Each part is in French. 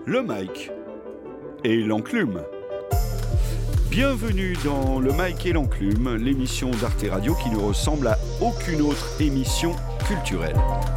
le Mike et l'enclume. Bienvenue dans le Mike et l'enclume, l'émission d'Arte Radio qui ne ressemble à aucune autre émission culturelle.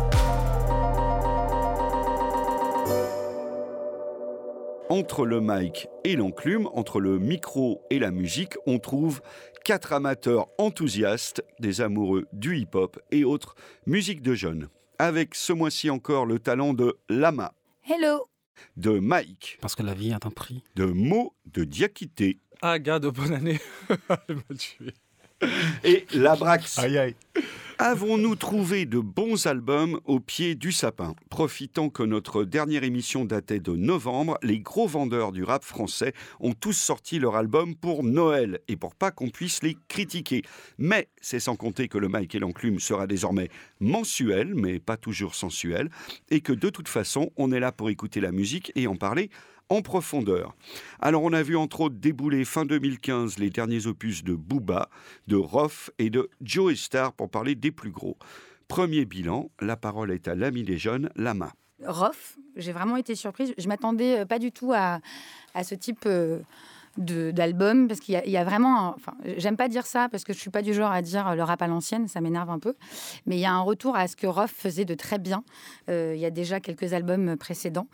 Entre le Mike et l'enclume, entre le micro et la musique, on trouve 4 amateurs enthousiastes, des amoureux du hip-hop et autres musiques de jeunes. Avec ce mois-ci encore le talent de Lama. Hello. De Mike. Parce que la vie a un prix. De Mo de Diakité. Ah, gars de bonne année. Elle m'a tué. Et Labrax. Aïe aïe. Avons-nous trouvé de bons albums au pied du sapin ? Profitant que notre dernière émission datait de novembre, les gros vendeurs du rap français ont tous sorti leur album pour Noël et pour pas qu'on puisse les critiquer. Mais c'est sans compter que le Mike et l'enclume sera désormais mensuel, mais pas toujours sensuel, et que de toute façon, on est là pour écouter la musique et en parler en profondeur. Alors on a vu entre autres débouler fin 2015 les derniers opus de Booba, de Rof et de Joey Star pour parler des plus gros. Premier bilan, la parole est à l'ami des jeunes, Lama. Rof, j'ai vraiment été surprise. Je m'attendais pas du tout à ce type d'album parce qu'il y a vraiment... Enfin, j'aime pas dire ça parce que je suis pas du genre à dire le rap à l'ancienne, ça m'énerve un peu. Mais il y a un retour à ce que Rof faisait de très bien. Il y a déjà quelques albums précédents.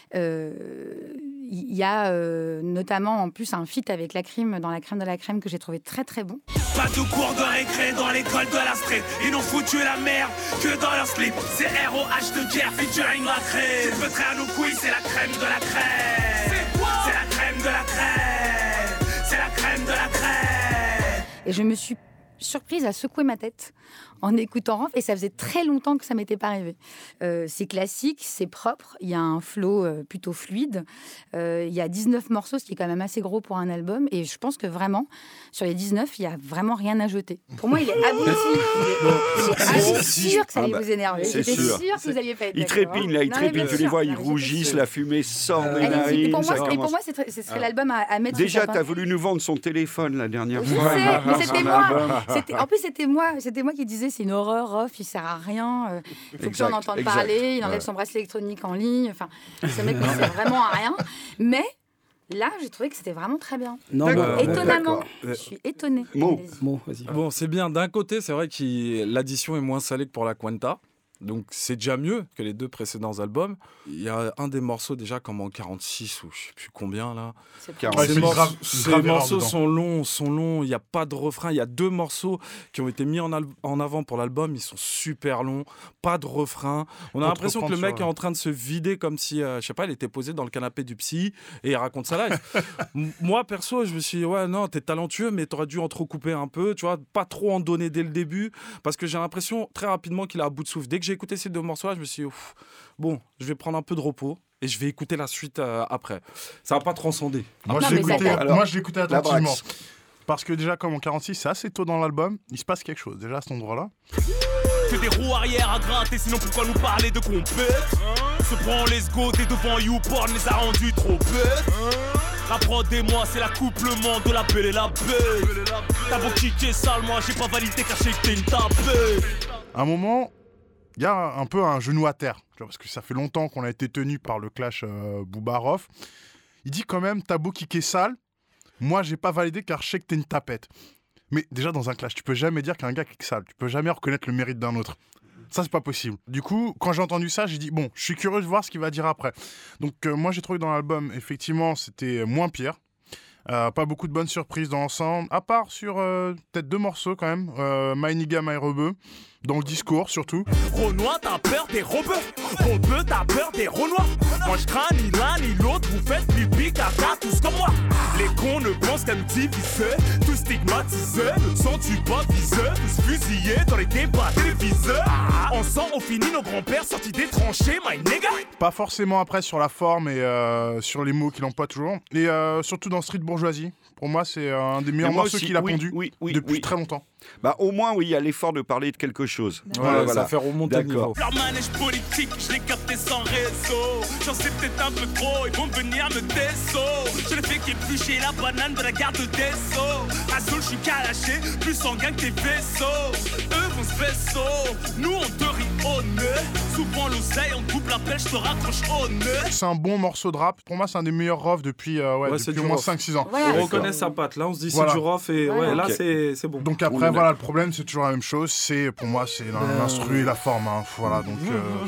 Il y a notamment en plus un feat avec La Crème dans La Crème de la Crème que j'ai trouvé très très bon. Pas de cours de récré dans l'école de la street. Ils n'ont foutu la merde que dans leur slip. C'est ROH de guerre featuring La Crème. C'est feutré à nos couilles, c'est la crème de la crème. C'est quoi ? C'est la crème de la crème. C'est la crème de la crème. Et je me suis surprise à secouer ma tête en écoutant Rof, et ça faisait très longtemps que ça m'était pas arrivé. C'est classique, c'est propre, il y a un flow plutôt fluide, il y a 19 morceaux, ce qui est quand même assez gros pour un album, et je pense que vraiment, sur les 19, il y a vraiment rien à jeter. Pour moi, il est abouti. J'étais sûre que ça allait vous énerver. J'étais sûre que vous alliez pas être Il trépigne, là, il trépigne, tu les vois, ils rougissent, la fumée sort des narines. Et pour moi, ce serait l'album à mettre. Déjà, tu as voulu nous vendre son téléphone la dernière fois. Je sais, mais c'était moi. En plus, c'était moi qui disais c'est une horreur, Rof, il sert à rien. Il faut que j'en entende parler. Il enlève son bracelet électronique en ligne. Enfin, ce mec ne sert vraiment à rien. Mais là, j'ai trouvé que c'était vraiment très bien. Non, étonnamment, je suis étonnée. Mo, vas-y. Bon, c'est bien. D'un côté, c'est vrai que l'addition est moins salée que pour la Quanta. Donc, c'est déjà mieux que les 2 précédents albums. Il y a un des morceaux déjà comme en 46 ou je ne sais plus combien là. Ces morceaux sont longs. Il n'y a pas de refrain. Il y a 2 morceaux qui ont été mis en avant pour l'album. Ils sont super longs. Pas de refrain. On a l'impression que le mec est en train de se vider comme si, je sais pas, il était posé dans le canapé du psy et il raconte sa life. Moi, perso, je me suis dit, ouais, non, t'es talentueux, mais t'aurais dû entrecouper un peu, tu vois, pas trop en donner dès le début parce que j'ai l'impression très rapidement qu'il a à bout de souffle. Dès que j'ai écouté ces 2 morceaux-là, je me suis dit, bon, je vais prendre un peu de repos et je vais écouter la suite après. Ça va pas transcender. Moi, je l'ai écouté attentivement. Parce que déjà, comme en 46, c'est assez tôt dans l'album, il se passe quelque chose, déjà à cet endroit-là. Que des roues arrière à gratter, sinon pourquoi nous parler de compète ? Se prend les go, t'es devant YouPorn, les a rendus trop bêtes. La prod et moi, c'est l'accouplement de la belle et la bête. T'as beau kicker sale, moi j'ai pas validé car j'ai que t'es une tapette. À un moment, il y a un peu un genou à terre, parce que ça fait longtemps qu'on a été tenu par le clash Booba-Rof. Il dit quand même, t'as beau kicker sale, moi j'ai pas validé car je sais que t'es une tapette. Mais déjà dans un clash, tu peux jamais dire qu'un gars kick sale, tu peux jamais reconnaître le mérite d'un autre. Ça, c'est pas possible. Du coup, quand j'ai entendu ça, j'ai dit, bon, je suis curieux de voir ce qu'il va dire après. Donc, moi, j'ai trouvé que dans l'album, effectivement, c'était moins pire. Pas beaucoup de bonnes surprises dans l'ensemble, à part sur peut-être 2 morceaux quand même. My Nigga, My Rebeu, dans le discours surtout. Renoir, t'as peur des rebeux. Rebeu, t'as peur des renois. Moi, je crains ni l'un ni l'autre. Vous faites pipi, caca, tous comme moi. Les cons ne pensent qu'à nous diviser. Tous stigmatisés, ne sont-tu pas visés? Tous fusillés dans les débats télévisés. Ensemble, on finit nos grands-pères sortis des tranchées, my nigga. Pas forcément après sur la forme et sur les mots qu'il emploie toujours. Et surtout dans Street Bourgeoisie. Pour moi, c'est un des meilleurs morceaux qu'il a pondu depuis très longtemps. Bah, au moins, oui, il y a l'effort de parler de quelque chose. Ouais, ça fait remonter le niveau. Leur manège politique, je l'ai capté sans réseau. J'en sais peut-être un peu trop, ils vont venir me déceau. Je les fais qu'éplucher la banane de la garde des Sceaux. Azul, je suis calaché, plus sanguin que tes vaisseaux. Eux vont se vaisseau, nous on te rit au nez. Souvent l'oseille, on coupe la pêche, je te raccroche au nez. C'est un bon morceau de rap. Pour moi, c'est un des meilleurs refs depuis, depuis au moins 5-6 ans. Voilà, On reconnaît sa patte. Là, on se dit Voilà. c'est du rough et là, Ok. c'est bon. Donc après, voilà, le problème, c'est toujours la même chose. Pour moi, c'est l'instru et la forme. Hein. Voilà, donc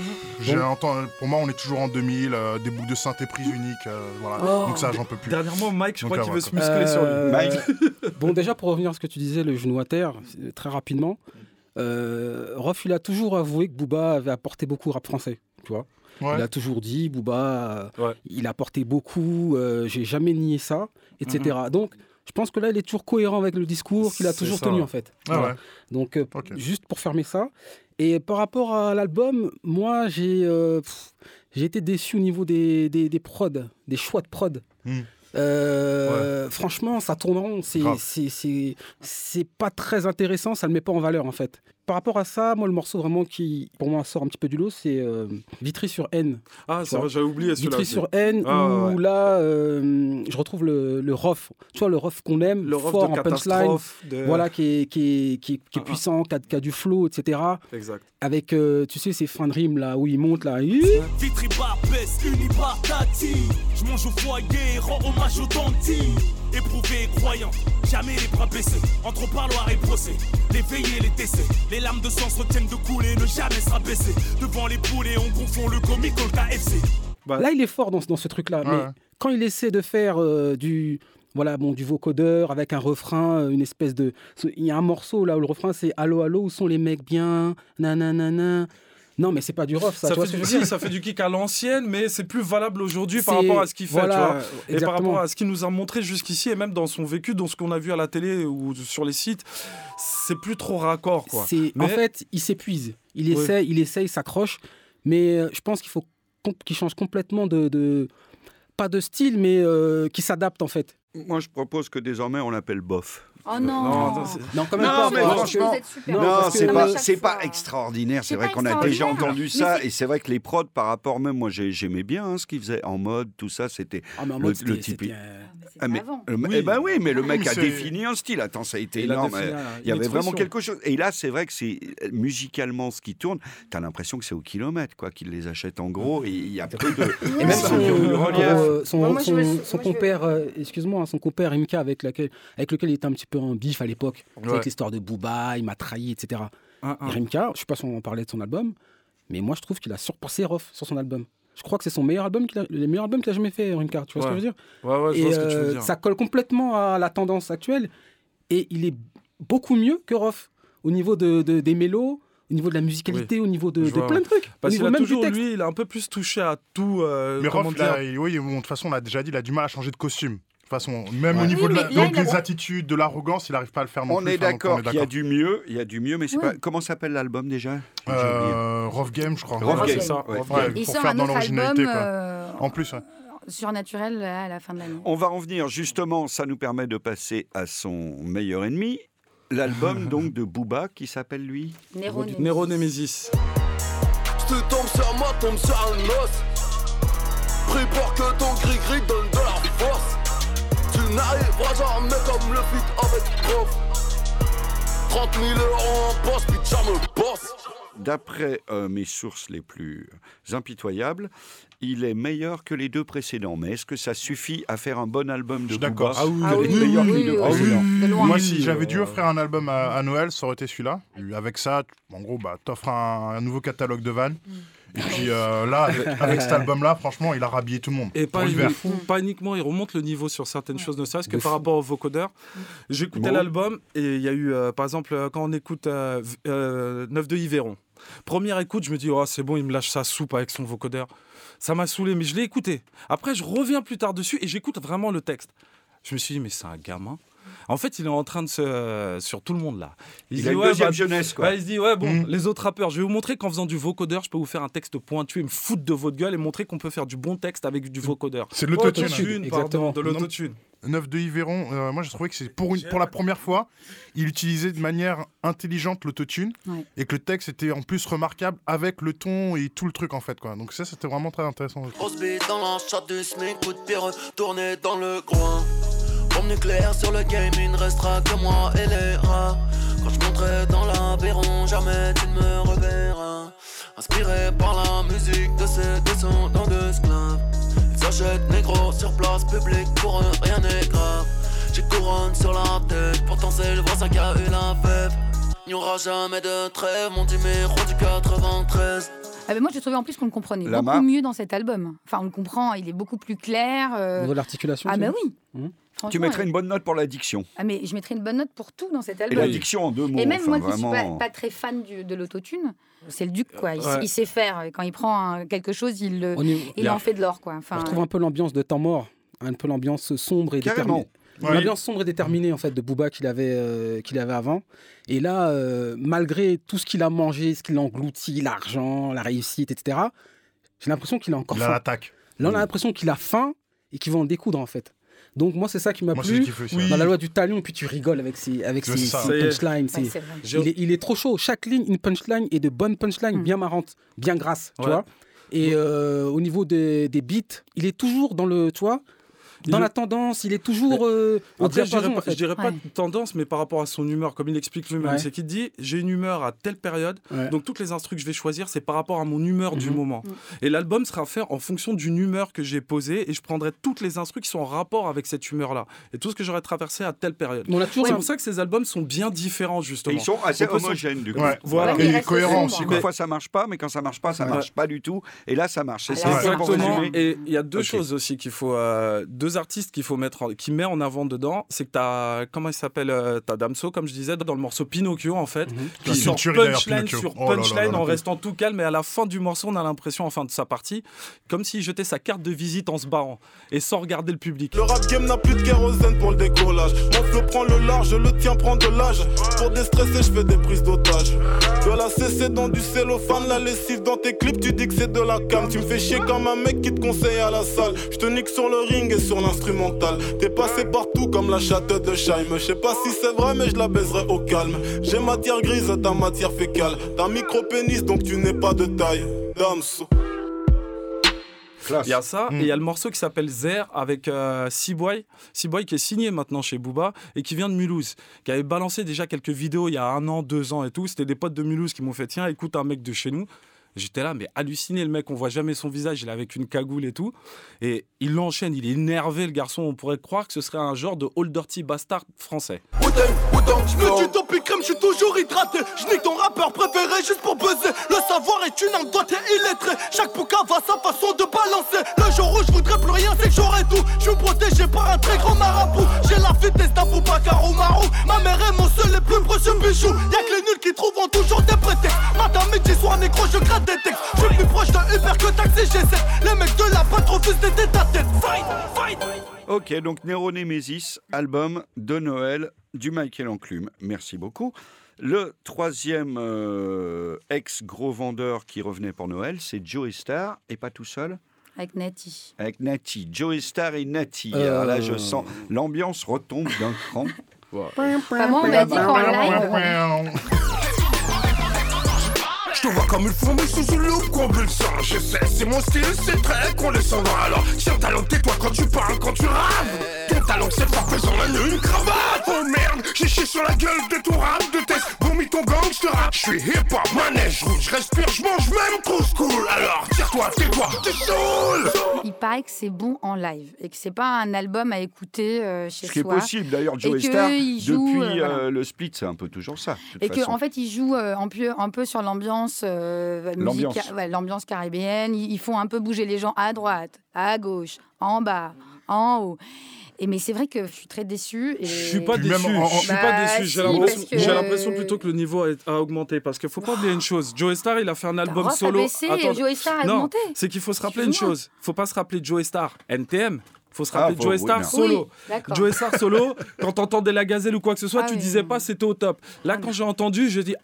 pour moi, on est toujours en 2000, des boucles de synthé prises uniques. Voilà. Donc ça, j'en peux plus. Dernièrement, Mike, je crois Donc, qu'il veut ouais, se muscler sur lui. Mike. Bon, déjà, pour revenir à ce que tu disais, le genou à terre, très rapidement, Rof, il a toujours avoué que Booba avait apporté beaucoup au rap français, tu vois. Ouais. Il a toujours dit, Booba, Ouais. il a apporté beaucoup, j'ai jamais nié ça, etc. Donc, je pense que là, il est toujours cohérent avec le discours qu'il a C'est toujours ça, tenu, ouais. en fait. Ah Voilà. ouais. Donc, Ok. juste pour fermer ça. Et par rapport à l'album, moi, j'ai été déçu au niveau des prods, des choix de prod. Franchement, ça tourne rond. Grave. C'est pas très intéressant, ça le met pas en valeur, en fait. Par rapport à ça, moi, le morceau vraiment qui, pour moi, sort un petit peu du lot, c'est Vitry sur N. Ah, c'est vrai, j'avais oublié celui-là. Vitry aussi. sur N, Ah, où là, je retrouve le rough. Tu vois, le rough qu'on aime, Le rough fort de en punchline. catastrophe. Voilà, qui est puissant, qui a du flow, etc. Exact. Avec, tu sais, ces fins de rime là, où il monte là. Vitry Barbès, uni par Tati. Je mange au foyer, rends hommage aux dentilles. Éprouvé et croyant, jamais les bras baissés. Entre parloir et procès, les veillées, les décès. Les larmes de sang se retiennent de couler, ne jamais se rabaisser. Devant les poulets, on confond le comique au KFC. Là, il est fort dans ce truc-là. Ouais. Mais quand il essaie de faire du vocodeur avec un refrain, une espèce de... Il y a un morceau là où le refrain c'est « Allô, allô, où sont les mecs bien ?» Nananana. Non, mais c'est pas du rough, ça. Tu vois ce que je veux dire ? Ça fait du kick à l'ancienne, mais c'est plus valable aujourd'hui par C'est- rapport à ce qu'il fait, voilà, tu vois. Et par exactement. rapport à ce qu'il nous a montré jusqu'ici, et même dans son vécu, dans ce qu'on a vu à la télé ou sur les sites, c'est plus trop raccord, quoi. Mais- En fait, il s'épuise. Il essaie, il s'accroche. Mais je pense qu'il faut qu'il change complètement de... Pas de style, mais qu'il s'adapte, en fait. Moi, je propose que désormais, on l'appelle bof. Oh non. Non, quand même Non, pas. mais franchement, vous êtes super. non, Non, parce que- c'est à chaque pas fois. extraordinaire. C'est C'est vrai pas qu'on a déjà extraordinaire. entendu Mais ça. c'est- Et c'est vrai que les prods, par rapport même, moi, j'aimais bien hein, ce qu'ils faisaient en mode, tout ça. C'était Ah, mais en le mode, c'était- typique. C'était Ah, mais, avant. Eh ben oui, mais le mec mais a c'est- défini un style. Attends, ça a été Il a énorme. défini Il y avait une vraiment expression. quelque chose. Et là, c'est vrai que c'est musicalement ce qui tourne. T'as l'impression que c'est au kilomètre, quoi, qu'ils les achètent en gros. Et il y a peu de. Et même Ça vient du relief. Moi, je me- son moi, je- compère, excuse-moi, son compère MK avec lequel il était un petit peu en bif à l'époque, Ouais. avec l'histoire de Booba, il m'a trahi, etc. Un. Et Rimka, je sais pas si on parlait de son album, mais moi je trouve qu'il a surpassé Rof sur son album. Je crois que c'est son meilleur album, les meilleurs albums qu'il a jamais fait, Rimka. Tu vois ce que je veux dire? Ouais, je Et vois ce que tu veux dire. ça colle complètement à la tendance actuelle. Et il est beaucoup mieux que Rof au niveau des mélos, au niveau de la musicalité, au niveau de Je vois, plein de trucs. Parce au qu'il niveau a même toujours, du texte. lui, il a un peu plus touché à tout. Mais comment Rof, dire oui, bon, de toute façon, on l'a déjà dit, il a du mal à changer de costume. De toute façon, même au Ouais. niveau Oui, de mais là, il a- des attitudes, de l'arrogance, il n'arrive pas à le faire non On plus. est Enfin, donc, d'accord qu'il y a du mieux, mais c'est Oui. pas. Comment s'appelle l'album déjà? J'ai oublié. Rough Game, je crois. Rough Rough Game, Game. ça. Ouais. Ouais, Il pour sort faire un dans autre l'originalité, album quoi. En plus, ouais. surnaturel là, à la fin de l'année. On va en venir justement, ça nous permet de passer à son meilleur ennemi, l'album donc de Booba qui s'appelle lui. Nero Nemesis. Je te tombe sur moi, tombe sur un os. Prie pour que ton gris-gris donne de la force. Tu n'arriveras jamais comme le feat avec prof. 30 000 € en poste, bitch, ça me bosse. D'après mes sources les plus impitoyables, il est meilleur que les deux précédents. Mais est-ce que ça suffit à faire un bon album de Je suis Booba? d'accord. Ah oui, Ah oui, meilleur que les oui, deux oui, précédents. de loin. Moi, si j'avais dû offrir un album à Noël, ça aurait été celui-là. Avec ça, en gros, t'offres un nouveau catalogue de vannes. Et puis là, avec cet album-là, franchement, il a rhabillé tout le monde. Et Pour pas, l'hiver. pas uniquement, il remonte le niveau sur certaines choses, ne serait-ce que De par fou. rapport au vocodeur. J'écoutais Bon. l'album et il y a eu, par exemple, quand on écoute 9 de Yveron. Première écoute, je me dis, oh, c'est bon, il me lâche sa soupe avec son vocodeur. Ça m'a saoulé, mais je l'ai écouté. Après, je reviens plus tard dessus et j'écoute vraiment le texte. Je me suis dit, mais c'est un gamin. En fait, il est en train de se... sur tout le monde, là. Il se a dit, une ouais, deuxième bah, jeunesse, quoi. il se dit, ouais, bon, les autres rappeurs, je vais vous montrer qu'en faisant du vocodeur, je peux vous faire un texte pointu et me foutre de votre gueule et montrer qu'on peut faire du bon texte avec du vocodeur. C'est de l'autotune. Autotune, Exactement. pardon, de l'autotune. Neuf de Yveron, moi j'ai trouvé que c'est pour la première fois, il utilisait de manière intelligente l'autotune et que le texte était en plus remarquable avec le ton et tout le truc en fait quoi. Donc ça c'était vraiment très intéressant. On se bite dans la chatte du SMIC, coup de pied retourné dans le groin. Bombe nucléaire sur le game, il ne restera que moi et les rats. Quand je monterai dans l'Aveyron, jamais tu ne me reverras. Inspiré par la musique de ces descendants d'esclaves. S'achète négro sur place publique, pour eux rien n'est grave. J'ai couronne sur la tête, pourtant c'est le voisin qui a eu la fève. Il n'y aura jamais de trêve, mon numéro du 93. Ah ben moi j'ai trouvé en plus qu'on le comprenait beaucoup mieux dans cet album. Enfin on le comprend, il est beaucoup plus clair. Au niveau de l'articulation. Ah ben oui. Tu mettrais une bonne note pour la diction. Ah mais je mettrais une bonne note pour tout dans cet album. Et la diction en 2 mots. Et même moi qui vraiment... suis pas très fan de l'autotune, c'est le Duc quoi. Il sait faire. Quand il prend quelque chose, il en fait de l'or quoi. Enfin, on retrouve un peu l'ambiance de Temps Mort, un peu l'ambiance sombre et déterminée. L'ambiance sombre et déterminée en fait de Booba qu'il avait avant. Et là, malgré tout ce qu'il a mangé, ce qu'il a englouti, l'argent, la réussite, etc., j'ai l'impression qu'il a encore faim. L'attaque. Là, on a l'impression qu'il a faim et qu'il va en découdre en fait. Donc moi, c'est ça qui m'a plu. Dans la loi du talion, puis tu rigoles avec ses punchlines. Il est trop chaud. Chaque ligne, une punchline et de bonnes punchlines bien marrantes, bien grasses, tu vois. Et au niveau des beats, il est toujours dans le, tu vois, dans la tendance, il est toujours après, je dirais pas de tendance, mais par rapport à son humeur, comme il explique lui-même, c'est qu'il dit j'ai une humeur à telle période, donc toutes les instrus que je vais choisir, c'est par rapport à mon humeur du moment. Et l'album sera fait en fonction d'une humeur que j'ai posée, et je prendrai toutes les instrus qui sont en rapport avec cette humeur-là, et tout ce que j'aurais traversé à telle période. C'est pour ça que ces albums sont bien différents, justement. Et ils sont assez homogènes, du coup. Voilà. Et cohérents aussi. Parfois ça marche pas, mais quand ça marche pas, ça marche pas du tout. Et là, ça marche. C'est exactement. Et il y a deux choses aussi qu'il faut, deux artistes qu'il faut qui met en avant dedans, c'est que t'as, comment il s'appelle, t'as Damso, comme je disais, dans le morceau Pinocchio, en fait, qui sort punchline sur punchline en restant tout calme, et à la fin du morceau, on a l'impression, en fin de sa partie, comme s'il jetait sa carte de visite en se barrant, et sans regarder le public. Le rap game n'a plus de kérosène pour le décollage. Mon flow prend le large, le tien prend de l'âge. Pour déstresser, je fais des prises d'otage. De la CC dans du cellophane, la lessive dans tes clips, tu dis que c'est de la cam. Tu me fais chier comme un mec qui te conseille à la salle. Je te nique sur le ring et sur l'instrumental. T'es passé partout comme la chatte de Scheim. Je sais pas si c'est vrai, mais je la baiserai au calme. J'ai matière grise, ta matière fécale. T'as micro-pénis, donc tu n'es pas de taille. Damso. Il y a ça, et il y a le morceau qui s'appelle Zer avec C-Boy qui est signé maintenant chez Booba et qui vient de Mulhouse, qui avait balancé déjà quelques vidéos il y a 1 an, 2 ans et tout. C'était des potes de Mulhouse qui m'ont fait tiens, écoute un mec de chez nous. J'étais là, mais halluciné, le mec, on voit jamais son visage, il est avec une cagoule et tout. Et il l'enchaîne, il est énervé, le garçon. On pourrait croire que ce serait un genre de Old Dirty Bastard français. Je me tue top crème, je suis toujours hydraté. Je nique ton rappeur préféré juste pour buzzer. Le savoir est une arme, toi t'es illettré. Chaque bouquin va sa façon de balancer. Le jour où je voudrais plus rien, c'est que j'aurai tout. Je suis protégé par un très grand marabout. J'ai la vitesse d'un Boubacar ou Marou. Ma mère est mon seul et plus précieux bijou. Y'a que les nuls qui trouveront toujours des prétextes. Matin, midi, soir, négro, je gratte des textes. Je suis plus proche de Uber que Taxi G7. Les mecs de la patte refusent d'aider ta tête. Fight. Ok, donc Nero Nemesis, album de Noël du Michael Enclume. Merci beaucoup. Le troisième ex-gros vendeur qui revenait pour Noël, c'est Joey Starr, et pas tout seul. Avec Nati. Avec Nati. Joey Starr et Nati. Alors là, je sens l'ambiance retombe d'un cran. Moi, on m'a dit qu'en live... Je te vois comme une fourmi sous une loupe qu'on bulle sang. Je sais, c'est mon style, c'est très condescendant. Alors, tiens talent, tais-toi quand tu parles, quand tu raves. Ton talent, c'est pas pesant, une cravate. Oh merde, j'ai chié sur la gueule de ton rap de test. Vomis ton gang, je te rappe. Je suis hip-hop, manège rouge, je respire, je mange même trop cool. Alors, tire-toi, tais-toi, t'es saoul. Il paraît que c'est bon en live et que c'est pas un album à éciter chez soi. Ce qui est possible, d'ailleurs, Joey Starr, depuis le split, c'est un peu toujours ça. Et qu'en fait, il joue un peu sur l'ambiance caribéenne. Ils font un peu bouger les gens à droite, à gauche, en bas, en haut. Mais c'est vrai que je suis très déçue. Je suis pas déçu. J'ai l'impression plutôt que le niveau a augmenté. Parce qu'il faut pas oublier une chose. Joey Starr, il a fait un album solo. Joey Starr a augmenté. C'est qu'il faut se rappeler une chose. Il faut pas se rappeler Joey Starr NTM. Faut se rappeler Joey Starr solo. Joey Starr solo, quand t'entendais la gazelle ou quoi que ce soit, tu disais pas c'était au top. Là, quand j'ai entendu, je dis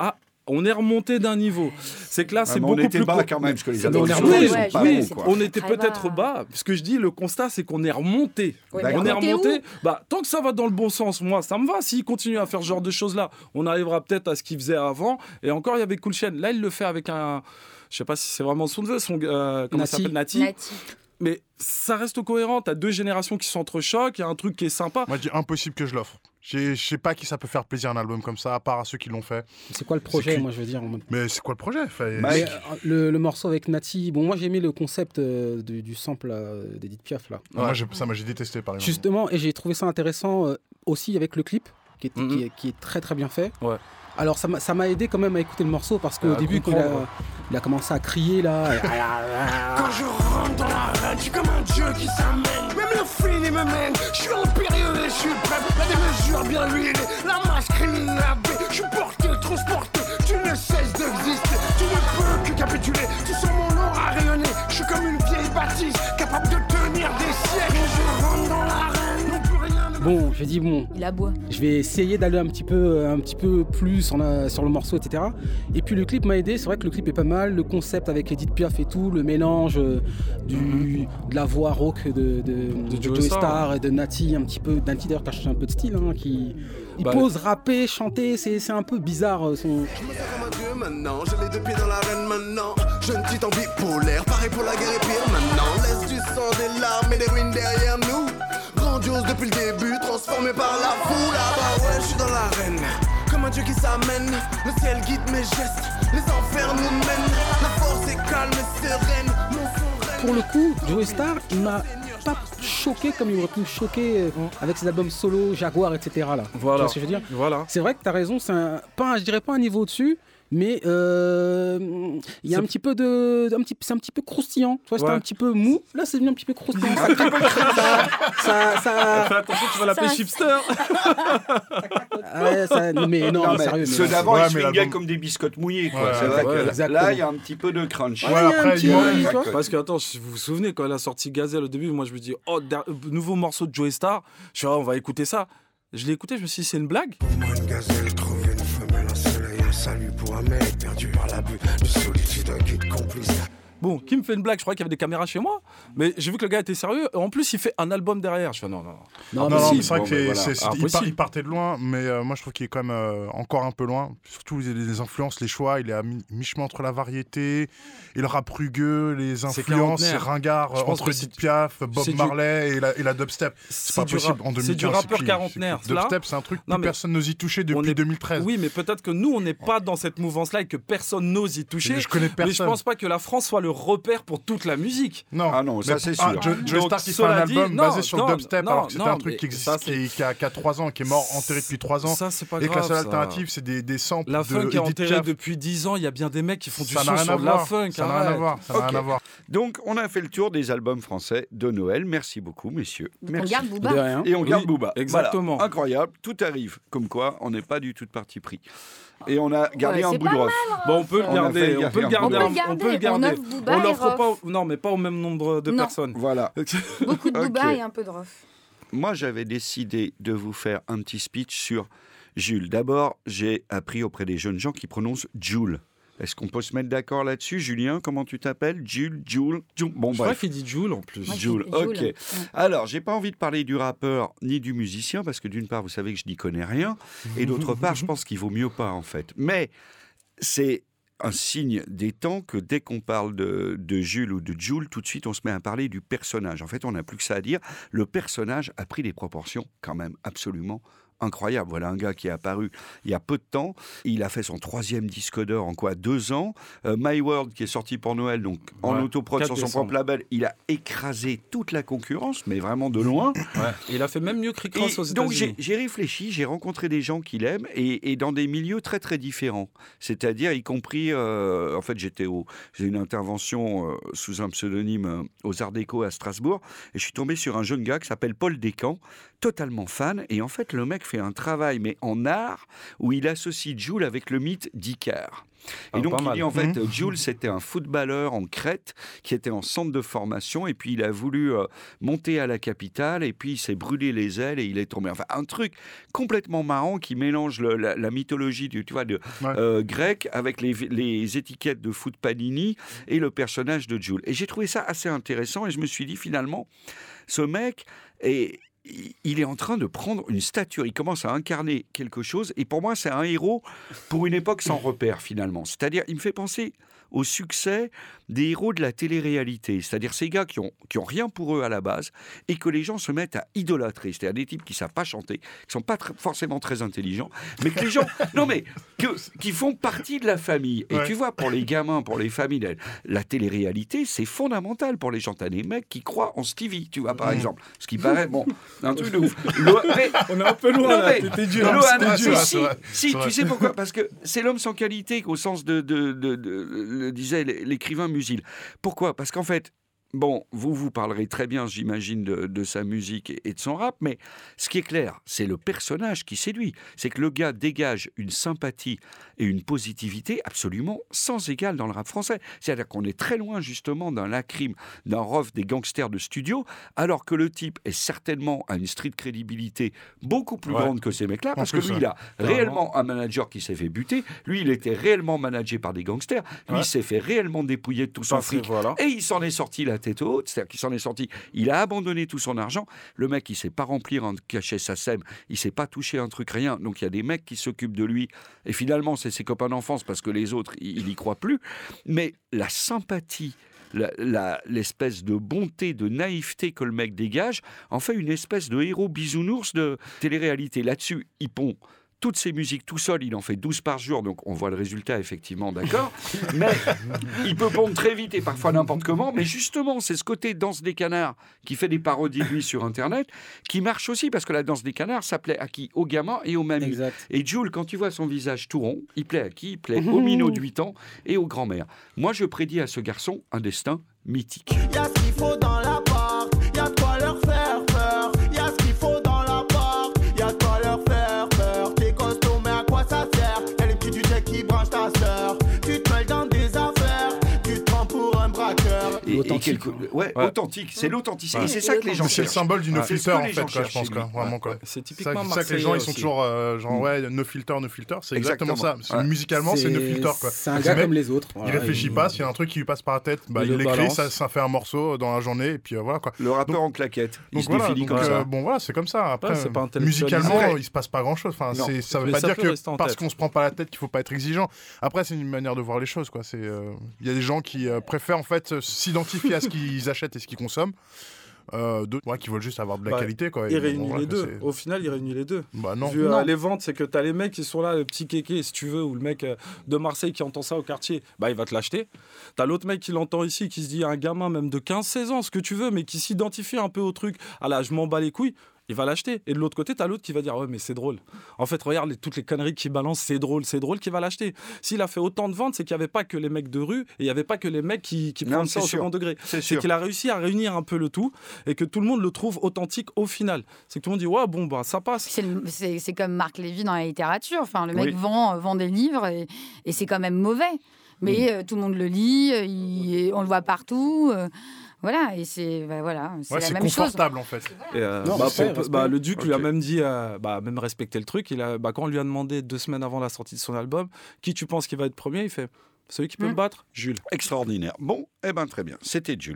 on est remonté d'un niveau. C'est que là, c'est beaucoup plus... On était bas quand même, parce que les albums sont pas bons, quoi. On était peut-être bas. Ce que je dis, le constat, c'est qu'on est remonté. Ouais, on est remonté. Tant que ça va dans le bon sens, moi, ça me va. S'il continue à faire ce genre de choses-là, on arrivera peut-être à ce qu'il faisait avant. Et encore, il y avait Cool Chain. Là, il le fait avec un... Je sais pas si c'est vraiment son neveu, comment ça s'appelle, Nati. Mais ça reste cohérent. T'as 2 générations qui s'entrechoquent. Il y a un truc qui est sympa. Moi, je dis impossible que je l'offre. Je sais pas qui ça peut faire plaisir un album comme ça, à part à ceux qui l'ont fait. C'est quoi le projet, moi, je veux dire Mais c'est quoi le projet le morceau avec Nati, bon, moi j'ai aimé le concept du sample d'Edith Piaf là. Moi, j'ai détesté par exemple. Justement, et j'ai trouvé ça intéressant aussi avec le clip, qui est très très bien fait. Ouais. Alors ça m'a aidé quand même à écouter le morceau parce qu'au début quand il a commencé à crier là. Quand je rentre dans l'arène, je suis comme un dieu qui s'amène. Même le film me mène. Je suis impérieux et je suis prêt. La démesure bien huilée, la masse criminelle. Je suis porté, transporté. Tu ne cesses d'exister. Tu ne peux que capituler. Tu sens mon aura rayonner. Je suis comme une vieille bâtisse capable de tenir des siècles. Quand je rentre dans l'arène. Bon, j'ai dit il aboie. Je vais essayer d'aller un petit peu plus sur le morceau, etc. Et puis le clip m'a aidé. C'est vrai que le clip est pas mal. Le concept avec Edith Piaf et tout, le mélange de la voix rauque de Joey Starr et de Nati, un petit peu. Nati d'ailleurs qui a changé un peu de style, hein, il pose rapper, chanter, c'est un peu bizarre. Je me sens comme un dieu maintenant, j'ai les 2 pieds dans l'arène maintenant. Jeune titan bipolaire, pareil pour la guerre et pire maintenant. Laisse du sang, des larmes et des ruines derrière nous. Grandiose depuis le début, transformé par la foule. Là-bas, ouais, je suis dans l'arène, comme un dieu qui s'amène. Le ciel guide mes gestes, les enfers nous mènent. La force est calme et sereine, mon son règne. Pour le coup, Joey Starr, il m'a pas choqué comme il aurait pu me choquer avec ses albums solo, Jaguar, etc. Là. Voilà. Tu vois ce que je veux dire ? Voilà. C'est vrai que tu as raison, je dirais pas un niveau au-dessus, mais il y a un petit peu c'est un petit peu croustillant. Tu vois, c'était un petit peu mou. Là, c'est devenu un petit peu croustillant. Fais attention, tu vas l'appeler Chipster. Mais non, mais sérieux. Ceux d'avant, ils swingaient comme des biscottes mouillées. Quoi. C'est vrai que là, il y a un petit peu de crunch. Parce que, attends, si vous vous souvenez, quand elle a sorti Gazelle au début, moi, je me dis, nouveau morceau de Joey Starr. Je suis on va écouter ça. Je l'ai écouté, je me suis dit, c'est une blague. Moi, une gazelle trouve une femelle, un soleil, un salut pour un mec perdu par l'abus de solitude, un guide complice. Bon, qui me fait une blague? Je croyais qu'il y avait des caméras chez moi, mais j'ai vu que le gars était sérieux. En plus, il fait un album derrière. Je fais non. C'est vrai que il partait de loin, mais moi je trouve qu'il est quand même encore un peu loin. Surtout les influences, les choix. Il est à mi-chemin entre la variété et le rap rugueux, les influences, c'est ringard entre Edith Piaf, Bob Marley et la dubstep. C'est pas possible en 2015. C'est du rappeur quarantenaire. Dubstep, c'est un truc que personne n'ose y toucher depuis 2013. Oui, mais peut-être que nous, on n'est pas dans cette mouvance-là et que personne n'ose y toucher. Je connais personne. Mais je pense pas que la France soit le repère pour toute la musique. Non, ça c'est sûr. Joey Starr qui fait un album basé sur le dubstep, alors que c'était un truc qui existe, qui a 3 ans, qui est mort enterré depuis 3 ans. Ça, c'est pas et grave. Que la seule alternative, c'est des samples. La funk est enterrée depuis 10 ans. Il y a bien des mecs qui font du son sur la funk. Ça n'a rien à voir. Ça n'a rien à voir. Donc, on a fait le tour des albums français de Noël. Merci beaucoup, messieurs. On garde Booba. Et on garde Booba. Exactement. Voilà. Incroyable. Tout arrive. Comme quoi, on n'est pas du tout de parti pris. Et on a gardé un bout de rough. Bon, on peut le garder. On peut le garder. On l'offre pas. Non, mais pas au même nombre de personnes. Voilà. Beaucoup de Booba et un peu de rough. Moi, j'avais décidé de vous faire un petit speech sur Jules. D'abord, j'ai appris auprès des jeunes gens qui prononcent Jules. Est-ce qu'on peut se mettre d'accord là-dessus? Julien, comment tu t'appelles? Jules. Bon, je crois qu'il dit Jules en plus. Jules, ok. Alors, j'ai pas envie de parler du rappeur ni du musicien, parce que d'une part, vous savez que je n'y connais rien, et d'autre part, je pense qu'il vaut mieux pas, en fait. Mais c'est un signe des temps que dès qu'on parle de Jules ou de Jules, tout de suite, on se met à parler du personnage. En fait, on n'a plus que ça à dire. Le personnage a pris des proportions quand même absolument incroyable. Voilà un gars qui est apparu il y a peu de temps. Il a fait son 3e disque d'or en 2 ans. My World qui est sorti pour Noël, donc en autoprod sur son propre label. Il a écrasé toute la concurrence, mais vraiment de loin. Il a fait même mieux que Rick Ross aux donc États-Unis. j'ai réfléchi, j'ai rencontré des gens qu'il aime et dans des milieux très très différents. C'est-à-dire y compris, en fait j'ai une intervention sous un pseudonyme aux Arts Déco à Strasbourg et je suis tombé sur un jeune gars qui s'appelle Paul Descamps, totalement fan, et en fait le mec fait fait un travail, mais en art, où il associe Jul avec le mythe d'Icare. Et donc, il dit en fait, Jul, c'était un footballeur en Crète qui était en centre de formation et puis il a voulu monter à la capitale et puis il s'est brûlé les ailes et il est tombé. Enfin, un truc complètement marrant qui mélange la mythologie grecque avec les étiquettes de foot Panini et le personnage de Jul. Et j'ai trouvé ça assez intéressant et je me suis dit finalement, ce mec il est en train de prendre une stature, il commence à incarner quelque chose et pour moi c'est un héros pour une époque sans repère finalement. C'est-à-dire, il me fait penser au succès des héros de la télé-réalité, c'est-à-dire ces gars qui ont rien pour eux à la base et que les gens se mettent à idolâtrer, c'est-à-dire des types qui savent pas chanter, qui sont pas forcément très intelligents, mais que les gens, qui font partie de la famille. Et tu vois, pour les gamins, pour les familles, la télé-réalité, c'est fondamental pour les gens. T'as des mecs qui croient en Stevie, tu vois, par exemple, ce qui paraît un truc de ouf. On est un peu loin là, t'étais dur. Si, tu sais pourquoi ? Parce que c'est l'homme sans qualité au sens le disait l'écrivain Musil. Pourquoi ? Parce qu'en fait, vous parlerez très bien, j'imagine, de sa musique et de son rap, mais ce qui est clair, c'est le personnage qui séduit. C'est que le gars dégage une sympathie et une positivité absolument sans égale dans le rap français. C'est-à-dire qu'on est très loin, justement, d'un Lacrim, d'un Rof, des gangsters de studio, alors que le type est certainement à une street crédibilité beaucoup plus grande que ces mecs-là, parce que lui, il a réellement un manager qui s'est fait buter. Lui, il était réellement managé par des gangsters. Lui, il s'est fait réellement dépouiller de tout son fric. Et il s'en est sorti la tête haute, c'est-à-dire qu'il s'en est sorti, il a abandonné tout son argent, le mec il sait pas remplir un cachet SACEM, il sait pas toucher un truc, rien, donc il y a des mecs qui s'occupent de lui, et finalement c'est ses copains d'enfance parce que les autres, il y croit plus, mais la sympathie, l'espèce de bonté, de naïveté que le mec dégage, en fait une espèce de héros bisounours de télé-réalité. Là-dessus, il pond toutes ces musiques tout seul, il en fait 12 par jour, donc on voit le résultat effectivement, d'accord. Mais il peut pondre très vite et parfois n'importe comment. Mais justement, c'est ce côté Danse des canards qui fait des parodies de lui sur Internet qui marche aussi parce que la Danse des canards, ça plaît à qui ? Aux gamins et aux mamies. Exact. Et Jul, quand tu vois son visage tout rond, il plaît à qui ? Il plaît aux minots de 8 ans et aux grands-mères. Moi, je prédis à ce garçon un destin mythique. Il y a ce qu'il faut dans la porte, il y a de quoi leur faire peur. Il y a ce qu'il faut dans la porte, il y a de quoi leur faire peur. T'es costaud, mais à quoi ça sert ? Y'a les petits du jet qui branchent ta sœur. Tu te mêles dans des affaires, tu te prends pour un braqueur. Authentique, c'est l'authenticité. Et c'est ça que les gens cherchent. C'est le symbole du no filter en fait, je pense. Vraiment, quoi. C'est typiquement ça que les gens ils sont toujours no filter. C'est exactement ça. Musicalement, c'est no filter. C'est un gars comme les autres. Il réfléchit pas, s'il y a un truc qui lui passe par la tête, il l'écrit, ça fait un morceau dans la journée, et puis voilà quoi. Le rappeur en claquette. Donc voilà, c'est comme ça. Après, musicalement, il se passe pas grand chose. Enfin, ça veut pas dire que parce qu'on se prend pas la tête qu'il faut pas être exigeant. Après, c'est une manière de voir les choses, quoi. Il y a des gens qui préfèrent en fait s'identifier à ce qu'ils achètent et ce qu'ils consomment. D'autres qui veulent juste avoir de la qualité, quoi. Il réunit les deux. Au final, il réunit les deux. Non. Vu les ventes, c'est que t'as les mecs qui sont là, le petit kéké, si tu veux, ou le mec de Marseille qui entend ça au quartier, il va te l'acheter. T'as l'autre mec qui l'entend ici, qui se dit, un gamin même de 15-16 ans, ce que tu veux, mais qui s'identifie un peu au truc. Ah là, je m'en bats les couilles. Il va l'acheter. Et de l'autre côté, t'as l'autre qui va dire ouais, mais c'est drôle. En fait, regarde toutes les conneries qu'il balance, c'est drôle qui va l'acheter. S'il a fait autant de ventes, c'est qu'il n'y avait pas que les mecs de rue et il n'y avait pas que les mecs qui prennent ça au second degré. C'est qu'il a réussi à réunir un peu le tout et que tout le monde le trouve authentique au final. C'est que tout le monde dit ouais, ça passe. C'est comme Marc Lévy dans la littérature. Enfin, le mec vend des livres et c'est quand même mauvais. Mais tout le monde le lit, on le voit partout. Voilà, et c'est la même chose. C'est confortable en fait. Le Duc lui a même dit, même respecter le truc. Quand on lui a demandé 2 semaines avant la sortie de son album, qui tu penses qui va être premier, il fait celui qui peut me battre, Jules. Extraordinaire. Bon, très bien, c'était Jules.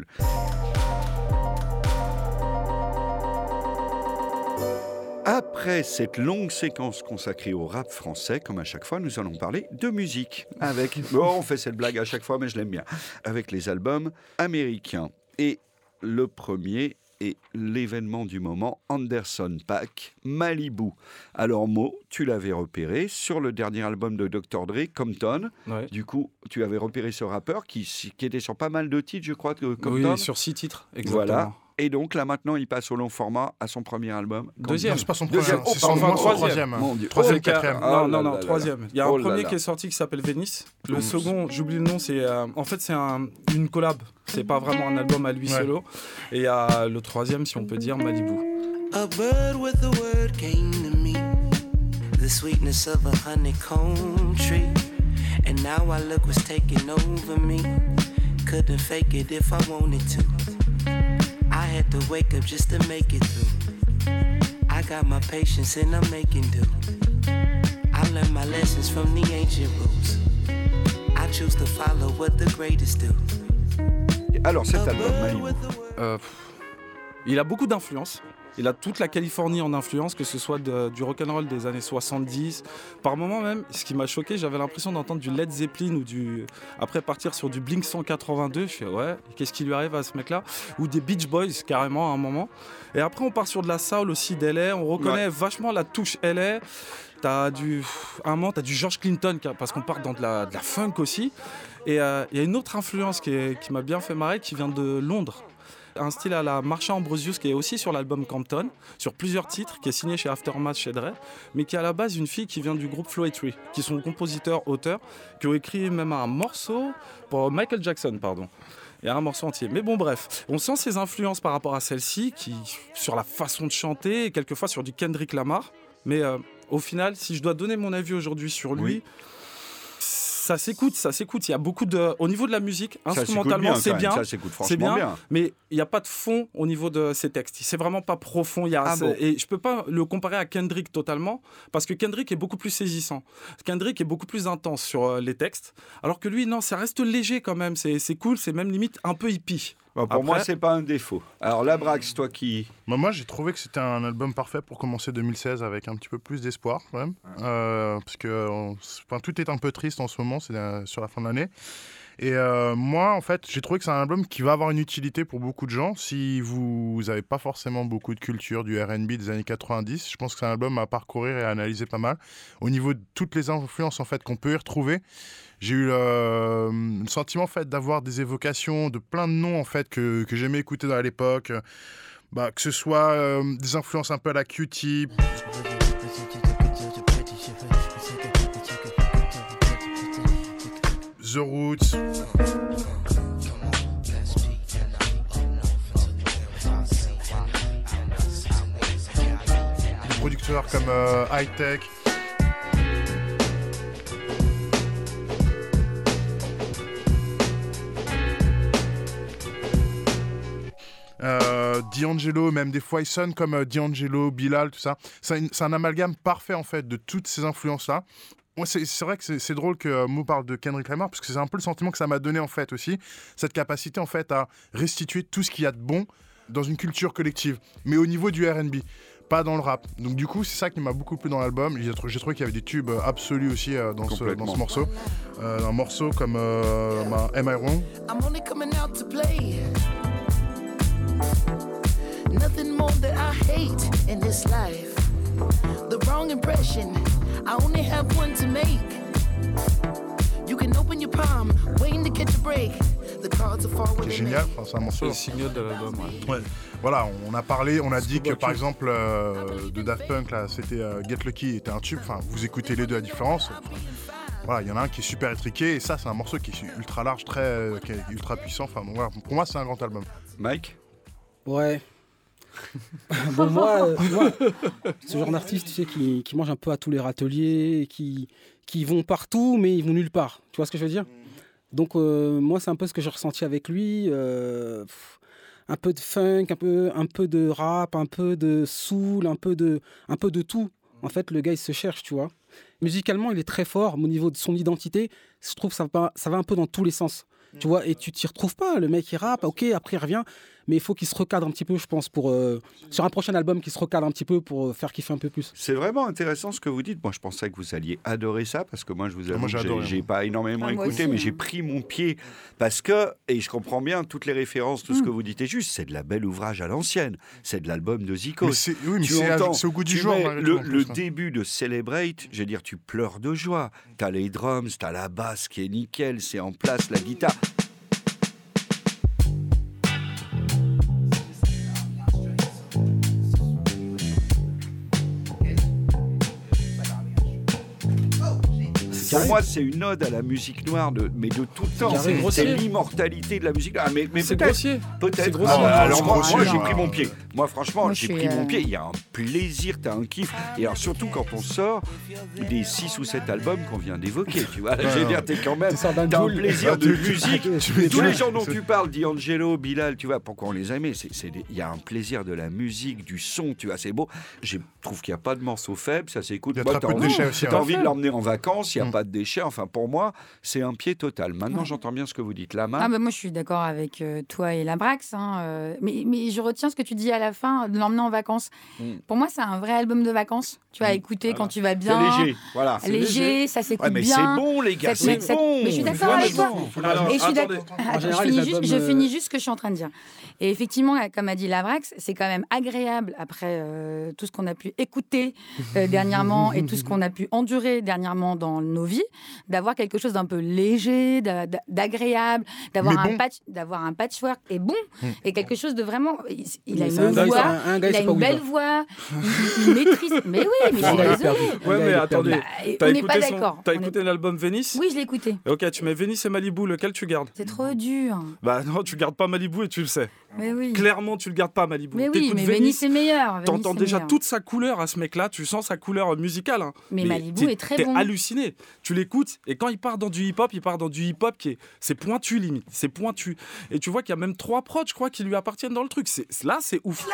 Après cette longue séquence consacrée au rap français, comme à chaque fois, nous allons parler de musique. On fait cette blague à chaque fois, mais je l'aime bien. Avec les albums américains. Et le premier est l'événement du moment, Anderson .Paak, Malibu. Alors Mo, tu l'avais repéré sur le dernier album de Dr. Dre, Compton. Ouais. Du coup, tu avais repéré ce rappeur qui était sur pas mal de titres, je crois, Compton. Oui, sur 6 titres, exactement. Voilà. Et donc là maintenant, il passe au long format à son premier album. Deuxième. Non, c'est pas son premier. C'est son troisième. Troisième, quatrième. Non, troisième. Il y a un premier qui est sorti qui s'appelle Venice. Le second, j'oublie le nom, c'est en fait c'est une collab. C'est pas vraiment un album à lui solo. Et il y a le troisième, si on peut dire, Malibu. A bird with a word came to me. the sweetness of a honeycomb tree. And now I look what's taking over me. Couldn't fake it if I wanted to. I had to wake up just to make it through. I got my patience and I'm making do. I learned my lessons from the ancient rules. I choose to follow what the greatest do. Alors cet album, Malibu. Il a beaucoup d'influence. Il a toute la Californie en influence, que ce soit du rock'n'roll des années 70. Par moments même, ce qui m'a choqué, j'avais l'impression d'entendre du Led Zeppelin ou après partir sur du Blink 182. Je fais ouais, qu'est-ce qui lui arrive à ce mec-là? Ou des Beach Boys carrément à un moment. Et après on part sur de la soul aussi d'LA. On reconnaît vachement la touche LA. À un moment, t'as du George Clinton parce qu'on part dans de la funk aussi. Et il y a une autre influence qui m'a bien fait marrer, qui vient de Londres. Un style à la Marsha Ambrosius qui est aussi sur l'album Compton, sur plusieurs titres, qui est signé chez Aftermath chez Dre, mais qui est à la base une fille qui vient du groupe Floetry, qui sont compositeurs, auteurs, qui ont écrit même un morceau pour Michael Jackson, pardon. Il y a un morceau entier. Mais bon, bref, on sent ses influences par rapport à celle-ci, sur la façon de chanter, et quelquefois sur du Kendrick Lamar. Mais au final, si je dois donner mon avis aujourd'hui sur lui... Ça s'écoute. Il y a beaucoup de. Au niveau de la musique, instrumentalement, c'est bien. Ça s'écoute franchement bien. Mais il n'y a pas de fond au niveau de ses textes. C'est vraiment pas profond. Et je peux pas le comparer à Kendrick totalement, parce que Kendrick est beaucoup plus saisissant. Kendrick est beaucoup plus intense sur les textes, alors que lui, non, ça reste léger quand même. C'est cool, c'est même limite un peu hippie. Pour moi, c'est pas un défaut. Alors, Labrax, toi qui... Moi, j'ai trouvé que c'était un album parfait pour commencer 2016 avec un petit peu plus d'espoir, quand même. Parce que tout est un peu triste en ce moment, c'est sur la fin de l'année. Et moi, en fait, j'ai trouvé que c'est un album qui va avoir une utilité pour beaucoup de gens. Si vous n'avez pas forcément beaucoup de culture du R&B des années 90, je pense que c'est un album à parcourir et à analyser pas mal. Au niveau de toutes les influences en fait, qu'on peut y retrouver, j'ai eu le sentiment en fait, d'avoir des évocations de plein de noms en fait, que j'aimais écouter à l'époque. Que ce soit des influences un peu à la Q-Tip, The Roots, des producteurs comme High Tech, D'Angelo, même des fois ils sonnent comme D'Angelo, Bilal, tout ça. C'est un amalgame parfait en fait de toutes ces influences-là. Moi, c'est vrai que c'est drôle que Mo parle de Kendrick Lamar, parce que c'est un peu le sentiment que ça m'a donné en fait aussi, cette capacité en fait à restituer tout ce qu'il y a de bon dans une culture collective, mais au niveau du R&B, pas dans le rap. Donc du coup, c'est ça qui m'a beaucoup plu dans l'album. J'ai trouvé qu'il y avait des tubes absolus aussi dans ce morceau. Un morceau comme Am I Wrong? I'm only coming out to play. Nothing more that I hate in this life. The wrong impression. I only have one to make. You can open your palm, waiting to catch a break. The cards are far away. C'est génial, c'est un morceau. C'est le signe de l'album, ouais. Voilà, on a dit que par exemple de Daft Punk là, c'était Get Lucky était un tube. Enfin, vous écoutez les deux à différence. Voilà, il y en a un qui est super étriqué et ça c'est un morceau qui est ultra large, qui est ultra puissant. Enfin, donc, voilà, pour moi c'est un grand album. Mike? Ouais. Bon, moi, ce genre d'artiste, tu sais, qui mange un peu à tous les râteliers, qui vont partout, mais ils vont nulle part. Tu vois ce que je veux dire? Donc, moi, c'est un peu ce que j'ai ressenti avec lui. Un peu de funk, un peu de rap, un peu de soul, un peu de tout. En fait, le gars, il se cherche, tu vois. Musicalement, il est très fort. Au niveau de son identité, je trouve que ça va un peu dans tous les sens. Tu vois, et tu t'y retrouves pas. Le mec, il rappe, ok, après, il revient. Mais il faut qu'il se recadre un petit peu, je pense, sur un prochain album, qu'il se recadre un petit peu pour faire kiffer un peu plus. C'est vraiment intéressant ce que vous dites. Moi, je pensais que vous alliez adorer ça, parce que moi, je vous avoue, j'ai pas énormément écouté, aussi, mais j'ai pris mon pied. Parce que, et je comprends bien toutes les références, tout ce que vous dites est juste, c'est de la belle ouvrage à l'ancienne. C'est de l'album de Zico. C'est au goût du jour. Le début de Celebrate, je veux dire, tu pleures de joie. T'as les drums, t'as la basse qui est nickel, c'est en place, la guitare. Pour moi, c'est une ode à la musique noire, mais de tout temps. C'est l'immortalité de la musique noire. Mais c'est grossier. Peut-être. C'est grossier. Alors moi, j'ai pris mon pied. Moi, franchement, j'ai pris mon pied. Il y a un plaisir, t'as un kiff. Et alors, surtout quand on sort des 6 ou 7 albums qu'on vient d'évoquer, tu vois. Je veux dire, t'as un plaisir de musique. Tous les gens dont tu parles, D'Angelo, Bilal, tu vois, pourquoi on les a aimés, il y a un plaisir de la musique, du son, tu vois, c'est beau. Je trouve qu'il n'y a pas de morceau faible, ça s'écoute. Moi, t'as envie de l'emmener en vacances, il n'y a pas de déchets. Enfin, pour moi, c'est un pied total. Maintenant, j'entends bien ce que vous dites. Lama. Moi, je suis d'accord avec toi et Labrax. Mais je retiens ce que tu dis à la fin, de l'emmener en vacances. Pour moi, c'est un vrai album de vacances. Tu vas écouter quand tu vas bien. C'est léger, voilà. Léger, ça s'écoute mais bien. C'est bon, les gars, c'est bon. Mais je suis d'accord avec toi. Et je finis juste ce que je suis en train de dire. Et effectivement, comme a dit Labrax, c'est quand même agréable après tout ce qu'on a pu écouter dernièrement et tout ce qu'on a pu endurer dernièrement dans nos vies, d'avoir quelque chose d'un peu léger, d'agréable, d'avoir un patchwork et bon, et quelque chose de vraiment. Il a une voix, il a une belle voix, il maîtrise. Mais oui, mais je suis désolée. Ouais, mais attendez, on n'est pas d'accord. T'as écouté l'album Venice ? Oui, je l'ai écouté. Ok, tu mets Venice et Malibu, lequel tu gardes ? C'est trop dur. Bah non, tu gardes pas Malibu et tu le sais. Mais oui. Clairement, tu le gardes pas Malibu. Mais oui, mais Venice est meilleur. T'entends déjà toute sa couleur à ce mec-là, tu sens sa couleur musicale. Hein. Mais Malibu est très bon. T'es halluciné. Tu l'écoutes et quand il part dans du hip-hop, c'est pointu limite. C'est pointu. Et tu vois qu'il y a même 3 prods, je crois, qui lui appartiennent dans le truc. Là, c'est ouf.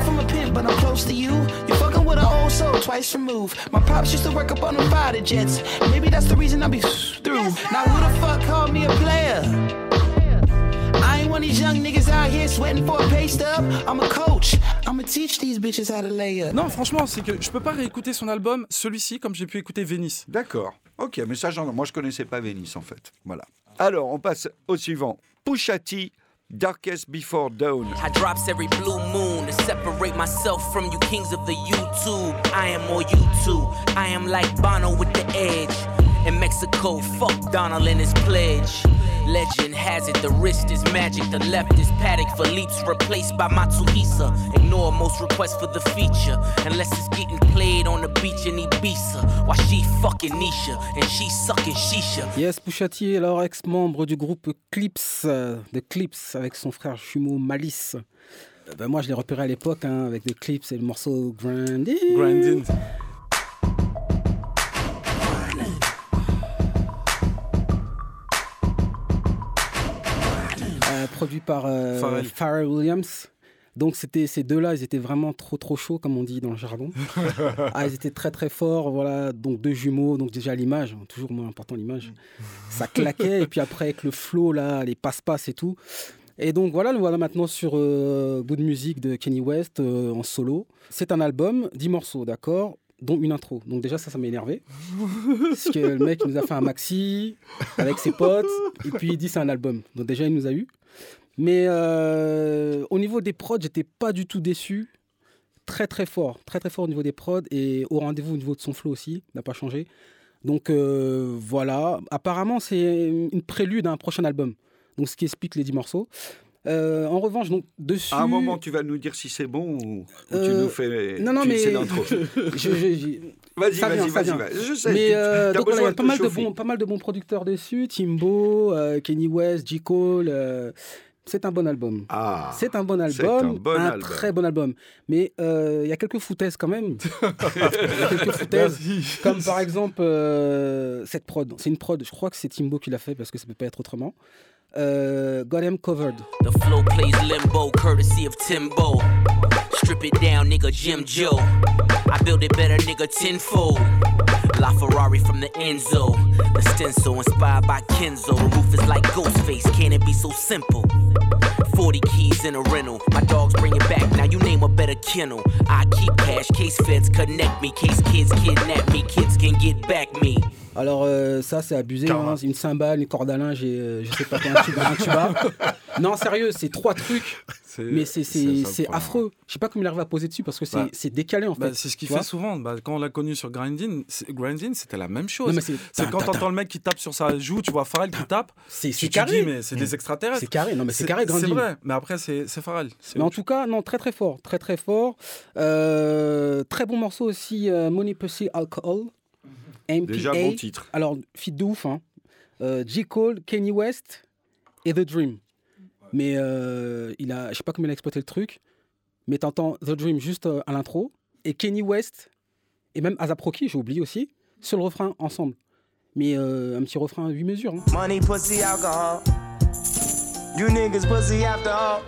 I ain't one of these young niggas out here sweating for a pay stub. I'm a coach. I'ma teach these bitches how to lay up. Non, franchement, c'est que je peux pas réécouter son album, celui-ci, comme j'ai pu écouter Venice. D'accord. Ok, mais ça, moi, je connaissais pas Venice, en fait. Voilà. Alors, on passe au suivant. Pusha T, Darkest Before Dawn. I drops every blue moon to separate myself from you kings of the YouTube. I am more YouTube. I am like Bono with the edge. In Mexico, fuck Donald and his pledge. Legend has it, the wrist is magic, the left is Paddock for leaps replaced by Matsuhisa. Ignore most requests for the feature, unless it's getting played on the beach in Ibiza. While she fucking Nisha, and she sucking Shisha. Yes, Pusha T, alors ex-membre du groupe Clips, de Clips, avec son frère jumeau Malice. Moi, je l'ai repéré à l'époque, avec The Clips et le morceau Grindin'. Produit par Pharrell Williams. Donc ces deux-là, ils étaient vraiment trop chauds, comme on dit dans le jargon. Ils étaient très forts, voilà. Donc 2 jumeaux, donc déjà l'image, toujours moins important l'image. Ça claquait, et puis après avec le flow là, les passe-passe et tout. Et donc voilà, le voilà maintenant sur Good Music de Kanye West en solo. C'est un album, 10 morceaux, d'accord, dont une intro. Donc déjà ça m'a énervé. Parce que le mec il nous a fait un maxi avec ses potes, et puis il dit c'est un album. Donc déjà il nous a eu. Mais au niveau des prods, j'étais pas du tout déçu. Très fort au niveau des prods et au rendez-vous au niveau de son flow aussi, n'a pas changé. Donc voilà, apparemment c'est une prélude à un prochain album. Donc ce qui explique les 10 morceaux. En revanche, donc dessus. À un moment, tu vas nous dire si c'est bon ou tu nous fais. Non, mais. C'est l'intro. Vas-y. Je sais. Mais donc voilà, il y a pas mal de bons producteurs dessus. Timbo, Kanye West, J. Cole. C'est un bon album. C'est un bon album. Très bon album. Mais il y a quelques foutaises quand même. Comme par exemple cette prod. C'est une prod, je crois que c'est Timbo qui l'a fait parce que ça peut pas être autrement. Got Him Covered. The flow plays limbo, courtesy of Timbo. Strip it down, nigga, Jim Joe. I build it better, nigga, tenfold. La Ferrari from the Enzo. The stencil inspired by Kenzo. The roof is like Ghostface, can it be so simple? 40 keys in a rental. My dogs bring it back, now you name a better kennel. I keep cash, case feds connect me. Case kids kidnap me, kids can get back me. Alors ça c'est abusé, c'est une cymbale, une corde à linge et je sais pas quoi, un tuba. Non sérieux, c'est 3 trucs, mais c'est affreux. Je sais pas comment il arrive à poser dessus parce que c'est décalé en fait. C'est ce qu'il fait souvent. Quand on l'a connu sur Grindin, c'était la même chose. C'est quand t'entends le mec qui tape sur sa joue, tu vois Pharrell qui tape. C'est carré. Dis, mais c'est des extraterrestres. C'est carré, non mais c'est carré Grindin. C'est vrai, mais après c'est Pharrell. Mais en tout cas, non, très fort, très fort. Très bon morceau aussi, Money Pussy Alcohol. MPA. Déjà bon titre. Alors, feat de ouf, hein. J. Cole, Kanye West et The Dream. Mais je sais pas comment il a exploité le truc, mais t'entends The Dream juste à l'intro, et Kanye West, et même A$AP Rocky, j'ai oublié aussi, sur le refrain ensemble. Mais un petit refrain à 8 mesures. Hein. Money, pussy, alcohol. You niggas pussy after all.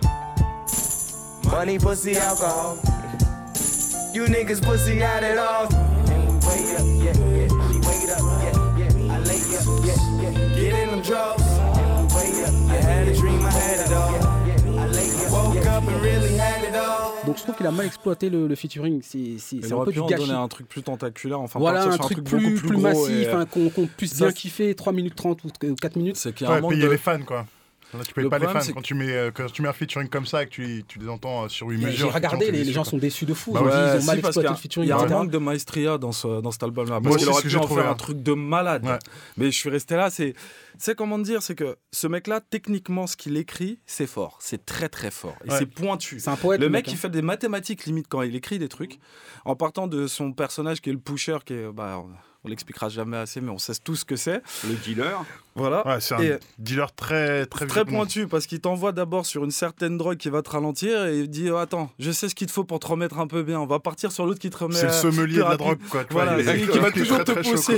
Money, pussy, alcohol. You niggas pussy out it all. Wake up, yeah, yeah. She wake it up, yeah, yeah. I lay up, yeah, yeah. Get in them drugs. Wake up, I had a dream, I had it all. I lay up, woke up and really had it all. Donc je trouve qu'il a mal exploité le featuring. C'est un peu du gâchis. gâchis. Donner un truc plus tentaculaire, enfin voilà, un sur truc beaucoup plus massif, et... qu'on puisse bien kiffer 3 minutes 30 ou 4 minutes. C'est qu'il y a un manque payer de... les fans, quoi. Là, tu payes pas les fans c'est quand tu mets un featuring comme ça et que tu les entends sur 8 mesures. J'ai regardé, les gens sont déçus de fou. Bah Ils ont mal exploité le featuring. Il y a un manque de maestria dans cet album-là. Moi Parce qu'il aussi, aurait pu en faire hein. un truc de malade. Ouais. Mais je suis resté là. C'est comment dire, c'est que ce mec-là, techniquement, ce qu'il écrit, c'est fort. C'est très très fort. Et c'est pointu. C'est un poète. Le mec, il fait des mathématiques limite quand il écrit des trucs. En partant de son personnage qui est le pusher, qui est... on l'expliquera jamais assez, mais on sait tous ce que c'est. Le dealer. Voilà. Ouais, c'est un dealer très pointu, parce qu'il t'envoie d'abord sur une certaine drogue qui va te ralentir et il dit attends, je sais ce qu'il te faut pour te remettre un peu bien. On va partir sur l'autre qui te remet. C'est le sommelier de la drogue, quoi. Voilà, qui va toujours te pousser.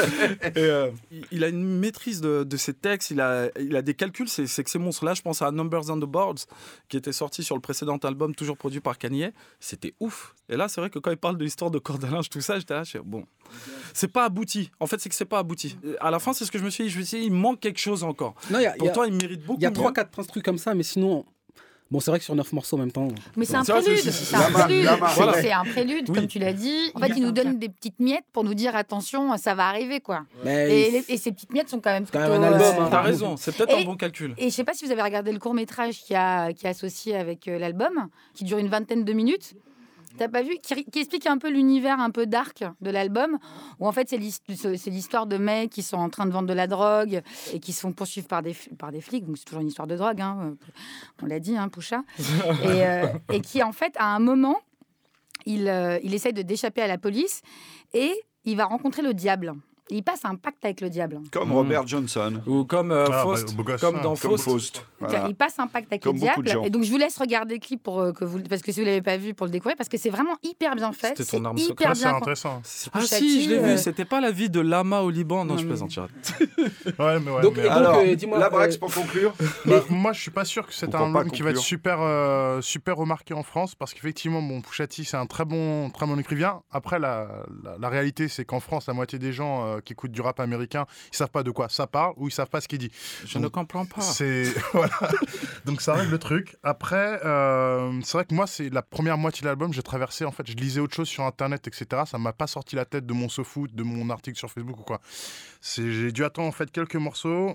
Il a une maîtrise de ses textes. Il a des calculs. C'est que ces monstres-là, je pense à Numbers on the Boards, qui était sorti sur le précédent album, toujours produit par Kanye. C'était ouf. Et là, c'est vrai que quand il parle de l'histoire de corde à linge, tout ça, j'étais là, bon, c'est pas abouti. En fait, c'est que c'est pas abouti. À la fin, c'est ce que je me suis dit, il manque quelque chose encore. Non, pourtant, il mérite beaucoup. Il y a 3-4 trucs comme ça, mais sinon... Bon, c'est vrai que sur 9 morceaux en même temps... Mais c'est un prélude. C'est un prélude, comme tu l'as dit. En fait, il nous donne des petites miettes pour nous dire, attention, ça va arriver, quoi. Et ces petites miettes sont quand même plutôt... un album. T'as raison, c'est peut-être un bon calcul. Et je sais pas si vous avez regardé le court-métrage qui est associé avec l'album, qui dure une vingtaine de minutes. T'as pas vu, qui explique un peu l'univers un peu dark de l'album, où en fait c'est l'histoire de mecs qui sont en train de vendre de la drogue et qui se font poursuivre par des flics, donc c'est toujours une histoire de drogue, hein, on l'a dit, hein, Poucha, et qui en fait à un moment il essaye de d'échapper à la police et il va rencontrer le diable. Il passe un pacte avec le diable. Comme Robert Johnson. Ou comme Faust. Comme dans Faust. Voilà. Il passe un pacte avec le diable. Et donc, je vous laisse regarder le clip parce que si vous ne l'avez pas vu, pour le découvrir, parce que c'est vraiment hyper bien fait. C'était ton arme secrète. C'est intéressant. Ah si, je l'ai vu. C'était pas la vie de Lama au Liban. Non, je plaisante. Donc, dis-moi, la Brax, pour conclure. Moi, je suis pas sûr que c'est un album qui va être super remarqué en France, parce qu'effectivement, Pusha T, c'est un très bon écrivain. Après, la réalité, c'est qu'en France, la moitié des gens qui écoutent du rap américain, ils savent pas de quoi ça parle ou ils savent pas ce qu'il dit. Je ne comprends pas. Voilà. Donc ça règle le truc. Après, c'est vrai que moi, c'est la première moitié de l'album, j'ai traversé, en fait, je lisais autre chose sur Internet, etc. Ça m'a pas sorti la tête de mon SoFoot, de mon article sur Facebook ou quoi. J'ai dû attendre en fait quelques morceaux.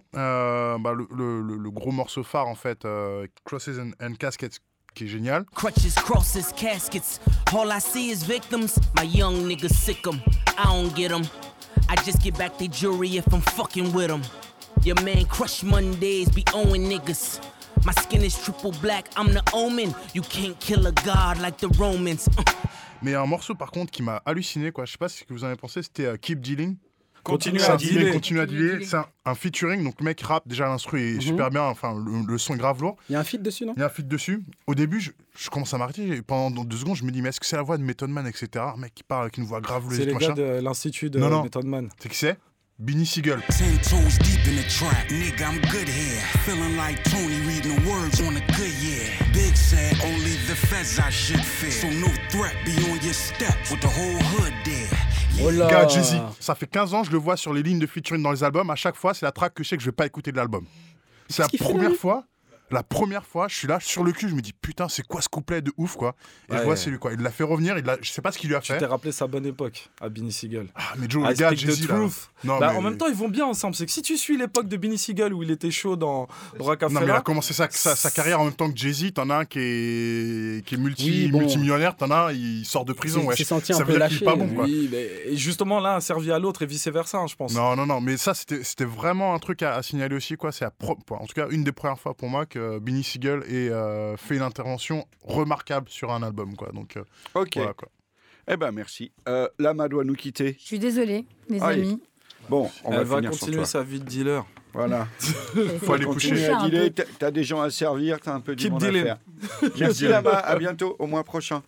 Le gros morceau phare en fait, Crosses and Caskets, qui est génial. Crutches, crosses, caskets. All I see is victims. My young niggas sick 'em. I don't get 'em. I just get back the jury if I'm fucking with 'em. Your man crush Mondays be owing niggas. My skin is triple black, I'm the omen. You can't kill a god like the Romans. Mais un morceau par contre qui m'a halluciné, quoi. Je sais pas ce que vous en avez pensé, c'était Keep Dealing. Continue à dealer. C'est un featuring, donc le mec rappe, déjà l'instru est super bien, enfin le son est grave lourd. Il y a un feat dessus, non ? Il y a un feat dessus. Au début, je commence à m'arrêter, et pendant 2 secondes, je me dis, mais est-ce que c'est la voix de Method Man, etc. Un mec qui parle avec une voix grave. C'est les gars de l'Institut de Method Man. C'est qui c'est ? Beanie Sigel. 10 toes deep in the trap, nigga, I'm good here. Feeling like Tony reading the words on a good year. Big said, only the feds I should fear. So no threat be on your steps with the whole hood there. Gars, Jay-Z, ça fait 15 ans, je le vois sur les lignes de featuring dans les albums. À chaque fois, c'est la track que je sais que je vais pas écouter de l'album. C'est la première fois, je suis là sur le cul, je me dis putain, c'est quoi ce couplet de ouf, quoi. Et je vois, c'est lui, quoi. Il l'a fait revenir, je sais pas ce qu'il lui a fait. Tu t'es rappelé sa bonne époque à Beanie Sigel. Ah, mais Joe, le gars, Jay-Z, là. En même temps, ils vont bien ensemble. C'est que si tu suis l'époque de Beanie Sigel où il était chaud dans Rockefeller. Non, mais il a commencé sa carrière en même temps que Jay-Z. T'en as un qui est multimillionnaire, t'en as un, il sort de prison. Ouais. Ça veut dire qu'il est pas bon, quoi. Oui, mais justement, là, un servi à l'autre et vice-versa, je pense. Non, mais ça, c'était vraiment un truc à signaler aussi, quoi. C'est en tout cas une des premières fois pour moi que Beanie Sigel et fait une intervention remarquable sur un album, quoi. Donc, ok. Voilà, quoi. Eh ben merci. Lama doit nous quitter. Je suis désolée, les Aïe. amis. Bon, on Elle va finir sur continuer toi. sa vie de dealer. Voilà. Faut aller coucher. Coucher un peu. T'as des gens à servir, t'as un peu du Keep monde à dealing. faire. Merci Lama, à bientôt, au mois prochain.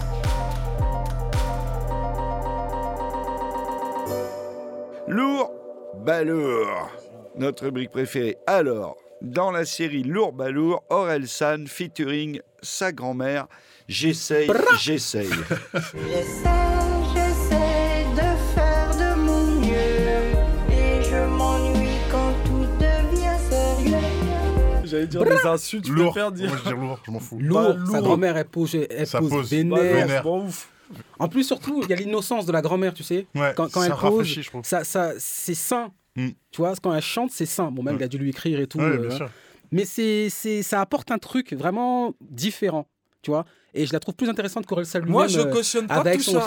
Lourd, balourd. Notre rubrique préférée. Alors, dans la série Lourd, balourd, Orelsan featuring sa grand-mère. J'essaye. J'essaie de faire de mon mieux et je m'ennuie quand tout devient sérieux. J'allais dire des insultes, je Lourd. préfère dire. Moi, je dis lourd, je m'en fous. Lourd, Lourd. sa grand-mère, elle pose vénère. Vénère. Bon, ouf. En plus, surtout, il y a l'innocence de la grand-mère, tu sais. Ouais, Quand ça elle pose, rafraîchit, je trouve. c'est sain. Mm. Tu vois, quand elle chante, c'est sain. Bon, même, il a dû lui écrire et tout. Ouais, bien sûr. Mais ça apporte un truc vraiment différent, tu vois. Et je la trouve plus intéressante qu'Orelsan lui-même. Moi, je cautionne pas avec tout son ça.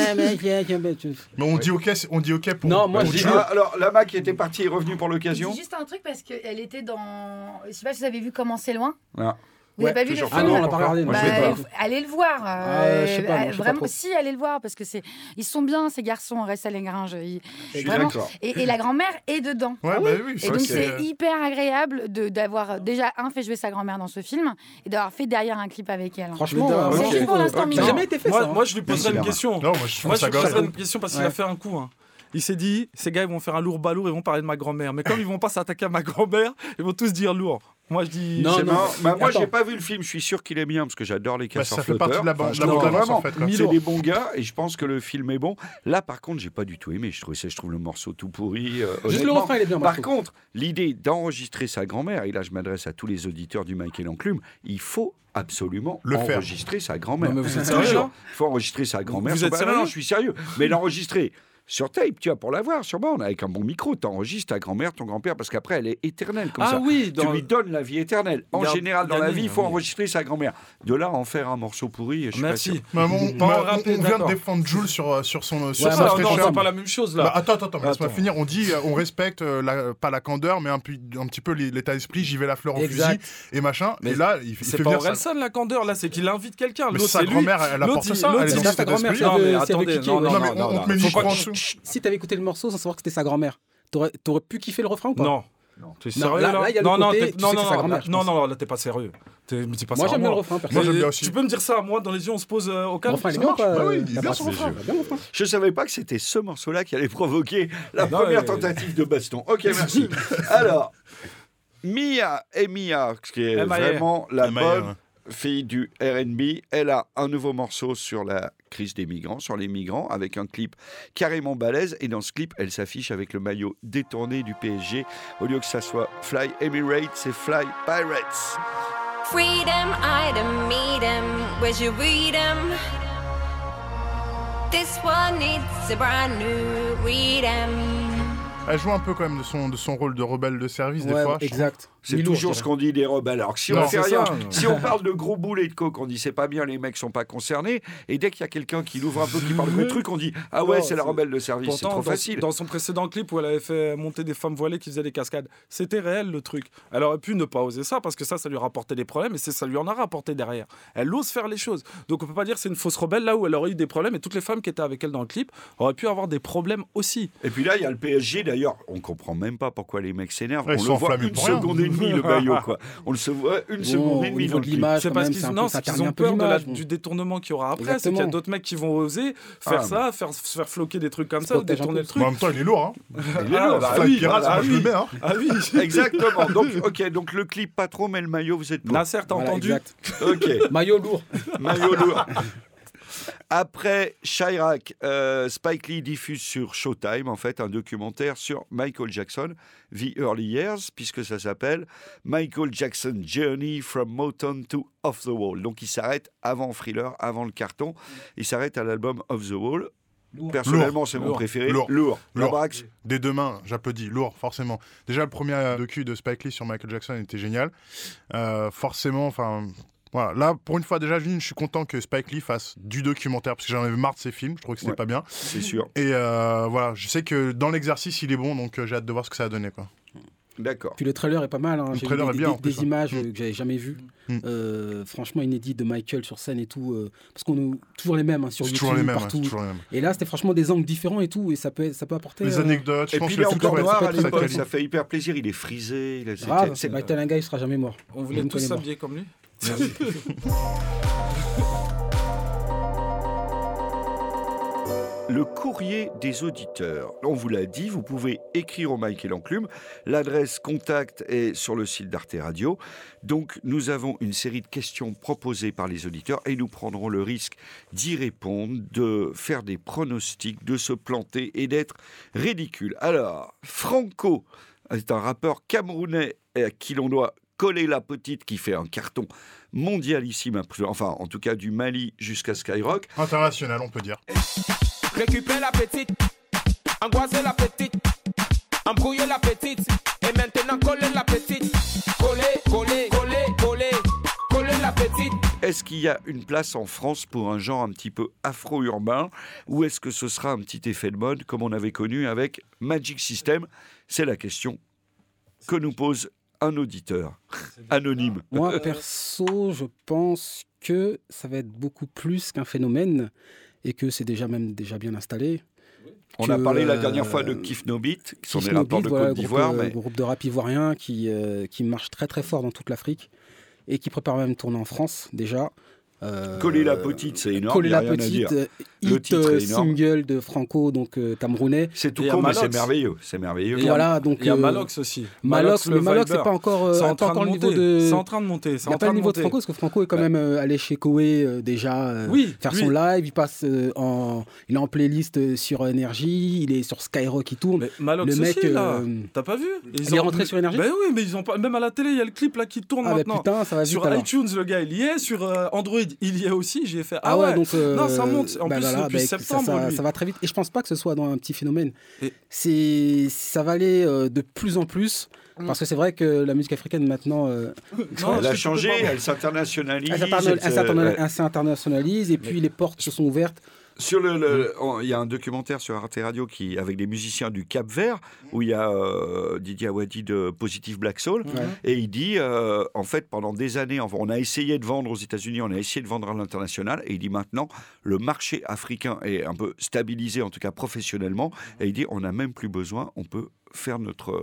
Mais Mais on dit ok pour. Non, moi, pour je dis- tuer. Alors, Lama qui était parti est revenu pour Je l'occasion. dis juste un truc parce qu'elle était dans. Je sais pas si vous avez vu Comment c'est loin. Ah. Vous n'avez pas vu le toujours film? Ah non, on l'a pas regardé. Moi, non. je l'ai pas. Allez le voir. je sais pas, non, je sais pas vraiment, trop. si, allez le voir parce que ils sont bien ces garçons. Reste à Lengringe. Je suis Vraiment. d'accord. Et la grand-mère est dedans. Ouais, bah oui. Et donc c'est hyper agréable d'avoir déjà fait jouer sa grand-mère dans ce film et d'avoir fait derrière un clip avec elle. Franchement, C'est ok. juste pour l'instant ça n'a mignon. jamais été fait, Moi, ça. hein. moi, je lui poserais une question. Non, moi, je trouve Moi, je ça lui poserais gosse. une question parce qu'il Ouais. a fait un coup. Hein. Il s'est dit, ces gars, ils vont faire un lourd balourd, ils vont parler de ma grand-mère. Mais comme ils vont pas s'attaquer à ma grand-mère, ils vont tous dire lourd. Moi, je dis. Non, C'est non. marrant. Bah, moi, Attends. j'ai pas vu le film. Je suis sûr qu'il est bien parce que j'adore les Bah, casseurs ça fait flotteurs. partie de la bande je trouve annonce, vraiment, en fait, quoi. c'est des bons gars et je pense que le film est bon. Là, par contre, j'ai pas du tout aimé. Je trouve le morceau tout pourri. Juste le honnêtement. refrain, il est bien. moi, Par je trouve. contre, l'idée d'enregistrer sa grand-mère, et là, je m'adresse à tous les auditeurs du Mike et l'Enclume, il faut absolument Le faire. enregistrer sa grand-mère. Non, mais vous êtes sérieux, Toujours. là Il faut enregistrer sa grand-mère. Vous êtes Non, sérieux non, je suis sérieux. Mais l'enregistrer sur tape, tu vois, pour l'avoir sur bande, avec un bon micro, t'enregistres ta grand-mère, ton grand-père, parce qu'après, elle est éternelle comme Ah ça. oui, Tu lui donnes la vie éternelle. En Garde- général, dans la gagner, vie, il faut oui. enregistrer sa grand-mère. De là, à en faire un morceau pourri, je suis pas sûr. Merci. Mais Pas en rap, on vient de d'accord. défendre Jules sur son Ouais, sa moi, Non, fraîcheur. non, c'est pas la même chose là. Bah, attends, mais laisse-moi Attends. finir. On dit, on respecte pas la candeur, mais un petit peu l'état d'esprit. J'y vais la fleur au Exact. fusil et machin. Mais et là, il C'est fait pas venir ça. Orelsan la candeur là, c'est qu'il invite quelqu'un. Mais L'autre, sa c'est lui. grand-mère, elle apporte L'autre, ça. l'autre, Elle est il dans dit cet sa grand-mère, esprit. Non, mais c'est attendez, requiqué, non, ouais. Non, mais on te met le Faut micro pas- en dessous. Si t'avais écouté le morceau sans savoir que c'était sa grand-mère, t'aurais pu kiffer le refrain ou pas? Non. T'es Non, sérieux là, là il y a le Non, non, côté, t'es- tu non, sais que c'est sa non, grand-mère, je non, pense. non, là t'es pas sérieux. Me dis pas Moi, ça à j'aime bien le refrain, Moi, personnellement. j'aime bien Mais aussi. Tu peux me dire ça à moi dans les yeux, on se pose au Le calme. refrain, il est ça bien ou marche. pas? Bah oui, il est bien, son Bah, refrain. bien le refrain. Je savais pas que c'était ce morceau-là qui allait provoquer la Non, première mais- tentative de baston. Ok, merci. Alors, Mia, qui est M.I.A. vraiment la M.I.A., bonne ouais. fille du R&B, elle a un nouveau morceau sur la crise des migrants, sur les migrants, avec un clip carrément balèze. Et dans ce clip, elle s'affiche avec le maillot détourné du PSG. Au lieu que ça soit Fly Emirates, c'est Fly Pirates. Freedom, item, meet 'em, where'd you read 'em? This one needs a brand new read 'em. Elle joue un peu quand même de son rôle de rebelle de service des Ouais, fois. je exact. C'est Milou, toujours je ce dirais. qu'on dit des rebelles. Alors que si Non, on fait c'est rien, ça. si on parle de gros boulets de coke, on dit c'est pas bien, les mecs sont pas concernés. Et dès qu'il y a quelqu'un qui l'ouvre un peu, qui parle de truc, on dit ah ouais, Non, c'est la c'est- rebelle de service. C'est Pourtant, trop facile. dans son précédent clip où elle avait fait monter des femmes voilées qui faisaient des cascades, c'était réel le truc. Elle aurait pu ne pas oser ça parce que ça lui rapportait des problèmes et ça lui en a rapporté derrière. Elle ose faire les choses. Donc on peut pas dire que c'est une fausse rebelle là où elle aurait eu des problèmes et toutes les femmes qui étaient avec elle dans le clip auraient pu avoir des problèmes aussi. Et puis là, il y a le PSG d'ailleurs. On comprend même pas pourquoi les mecs s'énervent. Ouais, ils on sont le voit enflammés une pour rien. seconde et demie, le maillot, quoi. On le se voit une seconde et Au demie niveau dans de le clip. l'image, C'est quand parce même, qu'ils c'est un non, peu- c'est ça qu'ils ternit ont un peu peur l'image. du détournement qu'il y aura après. C'est qu'il y a Exactement. d'autres mecs qui vont oser faire Ah, ça, faire floquer des trucs comme Se ça, ou protège un détourner peu. le truc. Mais en même temps, il est lourd. Hein. Il est lourd. bah Fly oui, Pirates, ah moi je le oui. mets. Hein. Ah oui. Exactement. Donc, ok, donc le clip pas trop, mais le maillot, vous êtes pour. Nasser, t'as Voilà, entendu exact. Ok, Maillot lourd. maillot lourd. Après Chirac, Spike Lee diffuse sur Showtime en fait un documentaire sur Michael Jackson, The Early Years, puisque ça s'appelle Michael Jackson Journey from Motown to Off the Wall. Donc il s'arrête avant Thriller, avant le carton, il s'arrête à l'album Off the Wall. Personnellement, c'est mon Lourd. préféré. Lourd. Lourd. Lourd. Labrax. Dès demain, j'applaudis. Lourd, forcément. Déjà, le premier docu de Spike Lee sur Michael Jackson était génial. Forcément, enfin... Voilà, là, pour une fois, déjà, je suis content que Spike Lee fasse du documentaire, parce que j'en avais marre de ses films, je trouvais que c'était Ouais. pas bien. C'est sûr. Et voilà, je sais que dans l'exercice, il est bon, donc j'ai hâte de voir ce que ça a donné, quoi. D'accord. Puis le trailer est pas mal. Hein. Le J'ai trailer vu est bien, en plus, des images que j'avais jamais vues. Franchement inédit de Michael sur scène et tout. Parce qu'on est toujours les mêmes sur C'est YouTube, toujours les mêmes, partout. c'est toujours les mêmes. Et là, c'était franchement des angles différents et tout. Et ça peut apporter... Les anecdotes, je Et pense puis que il est le encore film noir va à être très l'époque, quali. ça fait hyper plaisir. Il est frisé. Grave, c'est Tenanga, il sera jamais mort. On voulait tous s'habiller comme lui. Le courrier des auditeurs. On vous l'a dit, vous pouvez écrire au Mike et l'Enclume. L'adresse contact est sur le site d'Arte Radio. Donc, nous avons une série de questions proposées par les auditeurs et nous prendrons le risque d'y répondre, de faire des pronostics, de se planter et d'être ridicule. Alors, Franco est un rappeur camerounais à qui l'on doit Coller la Petite, qui fait un carton mondialissime, enfin, en tout cas du Mali jusqu'à Skyrock. International, on peut dire. Récupère la petite, angoisser la petite, embrouiller la petite, et maintenant coller la petite. Coller la petite. Est-ce qu'il y a une place en France pour un genre un petit peu afro-urbain, ou est-ce que ce sera un petit effet de mode comme on avait connu avec Magic System? C'est la question que nous pose un auditeur anonyme. Moi, perso, je pense que ça va être beaucoup plus qu'un phénomène et que c'est déjà bien installé. On a parlé la dernière fois de Kif No Beat, qui sont des rappeurs de Côte d'Ivoire. Groupe de rap ivoirien qui marche très très fort dans toute l'Afrique et qui prépare même tourner en France déjà. Coller la Petite, c'est énorme. Coller la Petite, hit single de Franco, donc camerounais. C'est tout con, mais c'est merveilleux. C'est merveilleux. Voilà, donc il y a Malox aussi. Malox, c'est pas encore le niveau de. C'est en train de monter. Il n'y a pas le niveau de Franco, parce que Franco est quand même allé chez Koé déjà faire son live. Il passe il est en playlist sur Énergie, il est sur Skyrock, il tourne. Mais Malox le mec, aussi, là. T'as pas vu? Il est rentré sur Énergie. Ben oui, mais ils ont pas. Même à la télé, il y a le clip là qui tourne maintenant. Putain, ça va vite. Sur iTunes, le gars, il y est. Sur Android, il y est aussi. J'ai fait donc non, ça monte. En plus, depuis septembre, ça va très vite. Et je pense pas que ce soit dans un petit phénomène. Ça va aller de plus en plus. Parce que c'est vrai que la musique africaine maintenant, elle a changé, elle s'internationalise. Elle s'internationalise et puis les portes se sont ouvertes. Sur il y a un documentaire sur Arte Radio avec des musiciens du Cap-Vert où il y a Didier Awadi de Positive Black Soul et il dit en fait pendant des années on a essayé de vendre aux États-Unis, on a essayé de vendre à l'international et il dit maintenant le marché africain est un peu stabilisé en tout cas professionnellement et il dit on n'a même plus besoin, on peut faire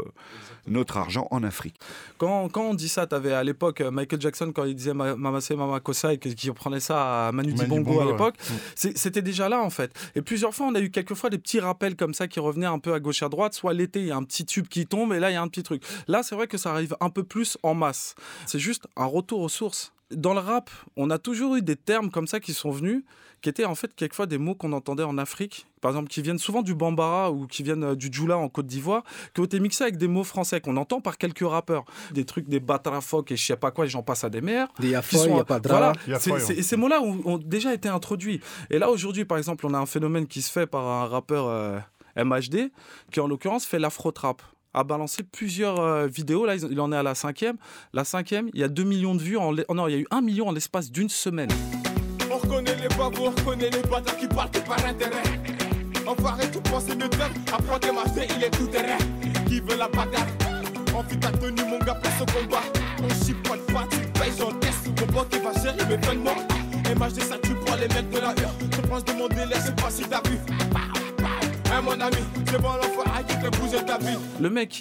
notre argent en Afrique. Quand on dit ça, tu avais à l'époque Michael Jackson quand il disait Mama c'est Mama Kosa et qui reprenait ça à Manu Dibango à l'époque. C'était déjà là en fait. Et plusieurs fois, on a eu quelquefois des petits rappels comme ça qui revenaient un peu à gauche à droite. Soit l'été, il y a un petit tube qui tombe et là, il y a un petit truc. Là, c'est vrai que ça arrive un peu plus en masse. C'est juste un retour aux sources. Dans le rap, on a toujours eu des termes comme ça qui sont venus, qui étaient en fait quelquefois des mots qu'on entendait en Afrique, par exemple, qui viennent souvent du Bambara ou qui viennent du Djoula en Côte d'Ivoire, qui ont été mixés avec des mots français qu'on entend par quelques rappeurs. Des trucs, des batrafoc et je sais pas quoi, et j'en passe à des mers. Des yafoy, y a pas de drap. Voilà, ces mots-là ont déjà été introduits. Et là, aujourd'hui, par exemple, on a un phénomène qui se fait par un rappeur MHD, qui en l'occurrence fait l'afro-trap. A balancé plusieurs vidéos. Là, il en est à la 5e. La 5e, il y a 2 millions de vues. Non, il y a eu 1 million en l'espace d'une semaine. On reconnaît les babous, on reconnaît les bâtards qui parlent que par intérêt. Enfoiré, tout penser de faire. Apprends tes marchés, il est tout terrain. Qui veut la bagarre? Envie ta tenue, mon gars, place au combat. On chipote pas, tu payes, j'encaisse. Mon pote qui va gérer mes peines, moi. MHD, ça tue pour les mecs de la hure. Je pense de mon délai, je sais pas si t'as vu. Mon ami, c'est bon l'enfant, qui fait bouger ta vie. Le mec, il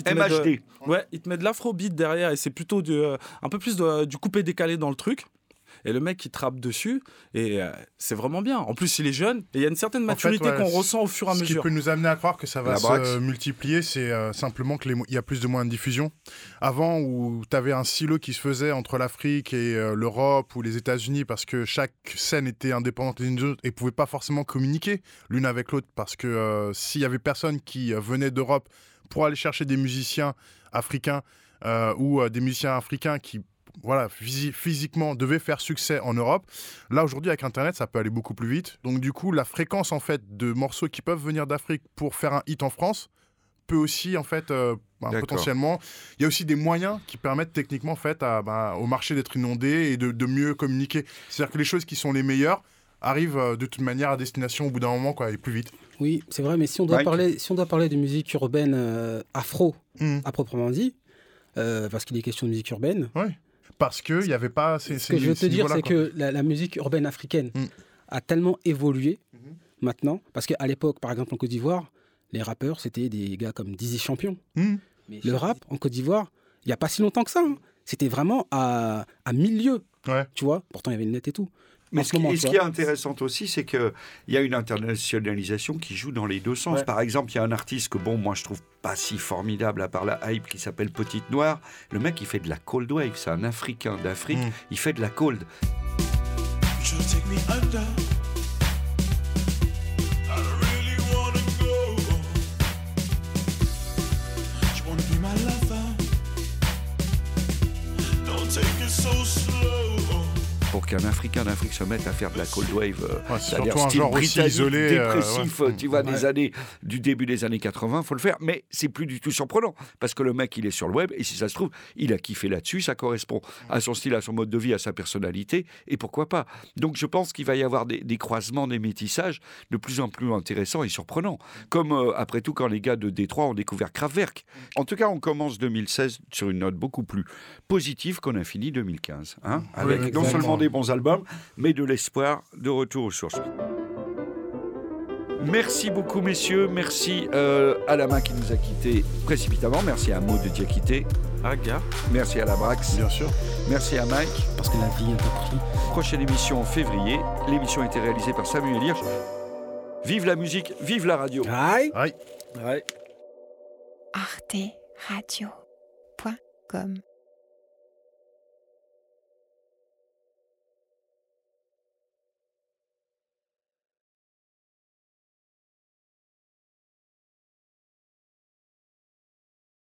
te met de l'afrobeat derrière et c'est plutôt un peu plus du coupé décalé dans le truc. Et le mec, il trappe dessus et c'est vraiment bien. En plus, il est jeune et il y a une certaine maturité qu'on ressent au fur et à mesure. Ce qui peut nous amener à croire que ça va se multiplier, c'est simplement qu'il y a plus de moyens de diffusion. Avant, où tu avais un silo qui se faisait entre l'Afrique et l'Europe ou les États-Unis parce que chaque scène était indépendante les unes des autres et ne pouvait pas forcément communiquer l'une avec l'autre parce que s'il y avait personne qui venait d'Europe pour aller chercher des musiciens africains ou des musiciens africains qui physiquement devait faire succès en Europe. Là, aujourd'hui, avec Internet, ça peut aller beaucoup plus vite. Donc, du coup, la fréquence, en fait, de morceaux qui peuvent venir d'Afrique pour faire un hit en France peut aussi, en fait, potentiellement... Il y a aussi des moyens qui permettent techniquement, en fait, au marché d'être inondé et de mieux communiquer. C'est-à-dire que les choses qui sont les meilleures arrivent de toute manière à destination au bout d'un moment, et plus vite. Oui, c'est vrai, mais si on doit parler de musique urbaine afro, à proprement dit, parce qu'il est question de musique urbaine. Oui, parce qu'il n'y avait pas... Ce que je veux te dire, c'est que la musique urbaine africaine a tellement évolué maintenant, parce qu'à l'époque, par exemple, en Côte d'Ivoire, les rappeurs, c'était des gars comme Dizzy Champion. Le rap, en Côte d'Ivoire, il n'y a pas si longtemps que ça. C'était vraiment à 1000 lieues. Tu vois, pourtant, il y avait le net et tout. Mais ce qui est intéressant aussi, c'est qu'il y a une internationalisation qui joue dans les deux sens. Par exemple, il y a un artiste que, moi, je trouve pas si formidable à part la hype, qui s'appelle Petite Noire. Le mec, il fait de la cold wave. C'est un Africain d'Afrique. Il fait de la cold. Pour qu'un Africain d'Afrique se mette à faire de la cold wave, c'est-à-dire style britannique, dépressif, tu vois, des années, du début des années 80, faut le faire, mais c'est plus du tout surprenant, parce que le mec, il est sur le web, et si ça se trouve, il a kiffé là-dessus, ça correspond à son style, à son mode de vie, à sa personnalité, et pourquoi pas. Donc je pense qu'il va y avoir des croisements, des métissages de plus en plus intéressants et surprenants, comme après tout quand les gars de Détroit ont découvert Kraftwerk. En tout cas, on commence 2016 sur une note beaucoup plus positive qu'on a fini 2015, avec non seulement des bons albums, mais de l'espoir de retour aux sources. Merci beaucoup, messieurs. Merci à la main qui nous a quittés précipitamment. Merci à Maud de Diakité. Merci à la Brax. Bien sûr. Merci à Mike. Parce que la vie est un prix. Prochaine émission en février. L'émission a été réalisée par Samuel Hirsch. Vive la musique, vive la radio. Aïe. Aïe. Aïe. arteradio.com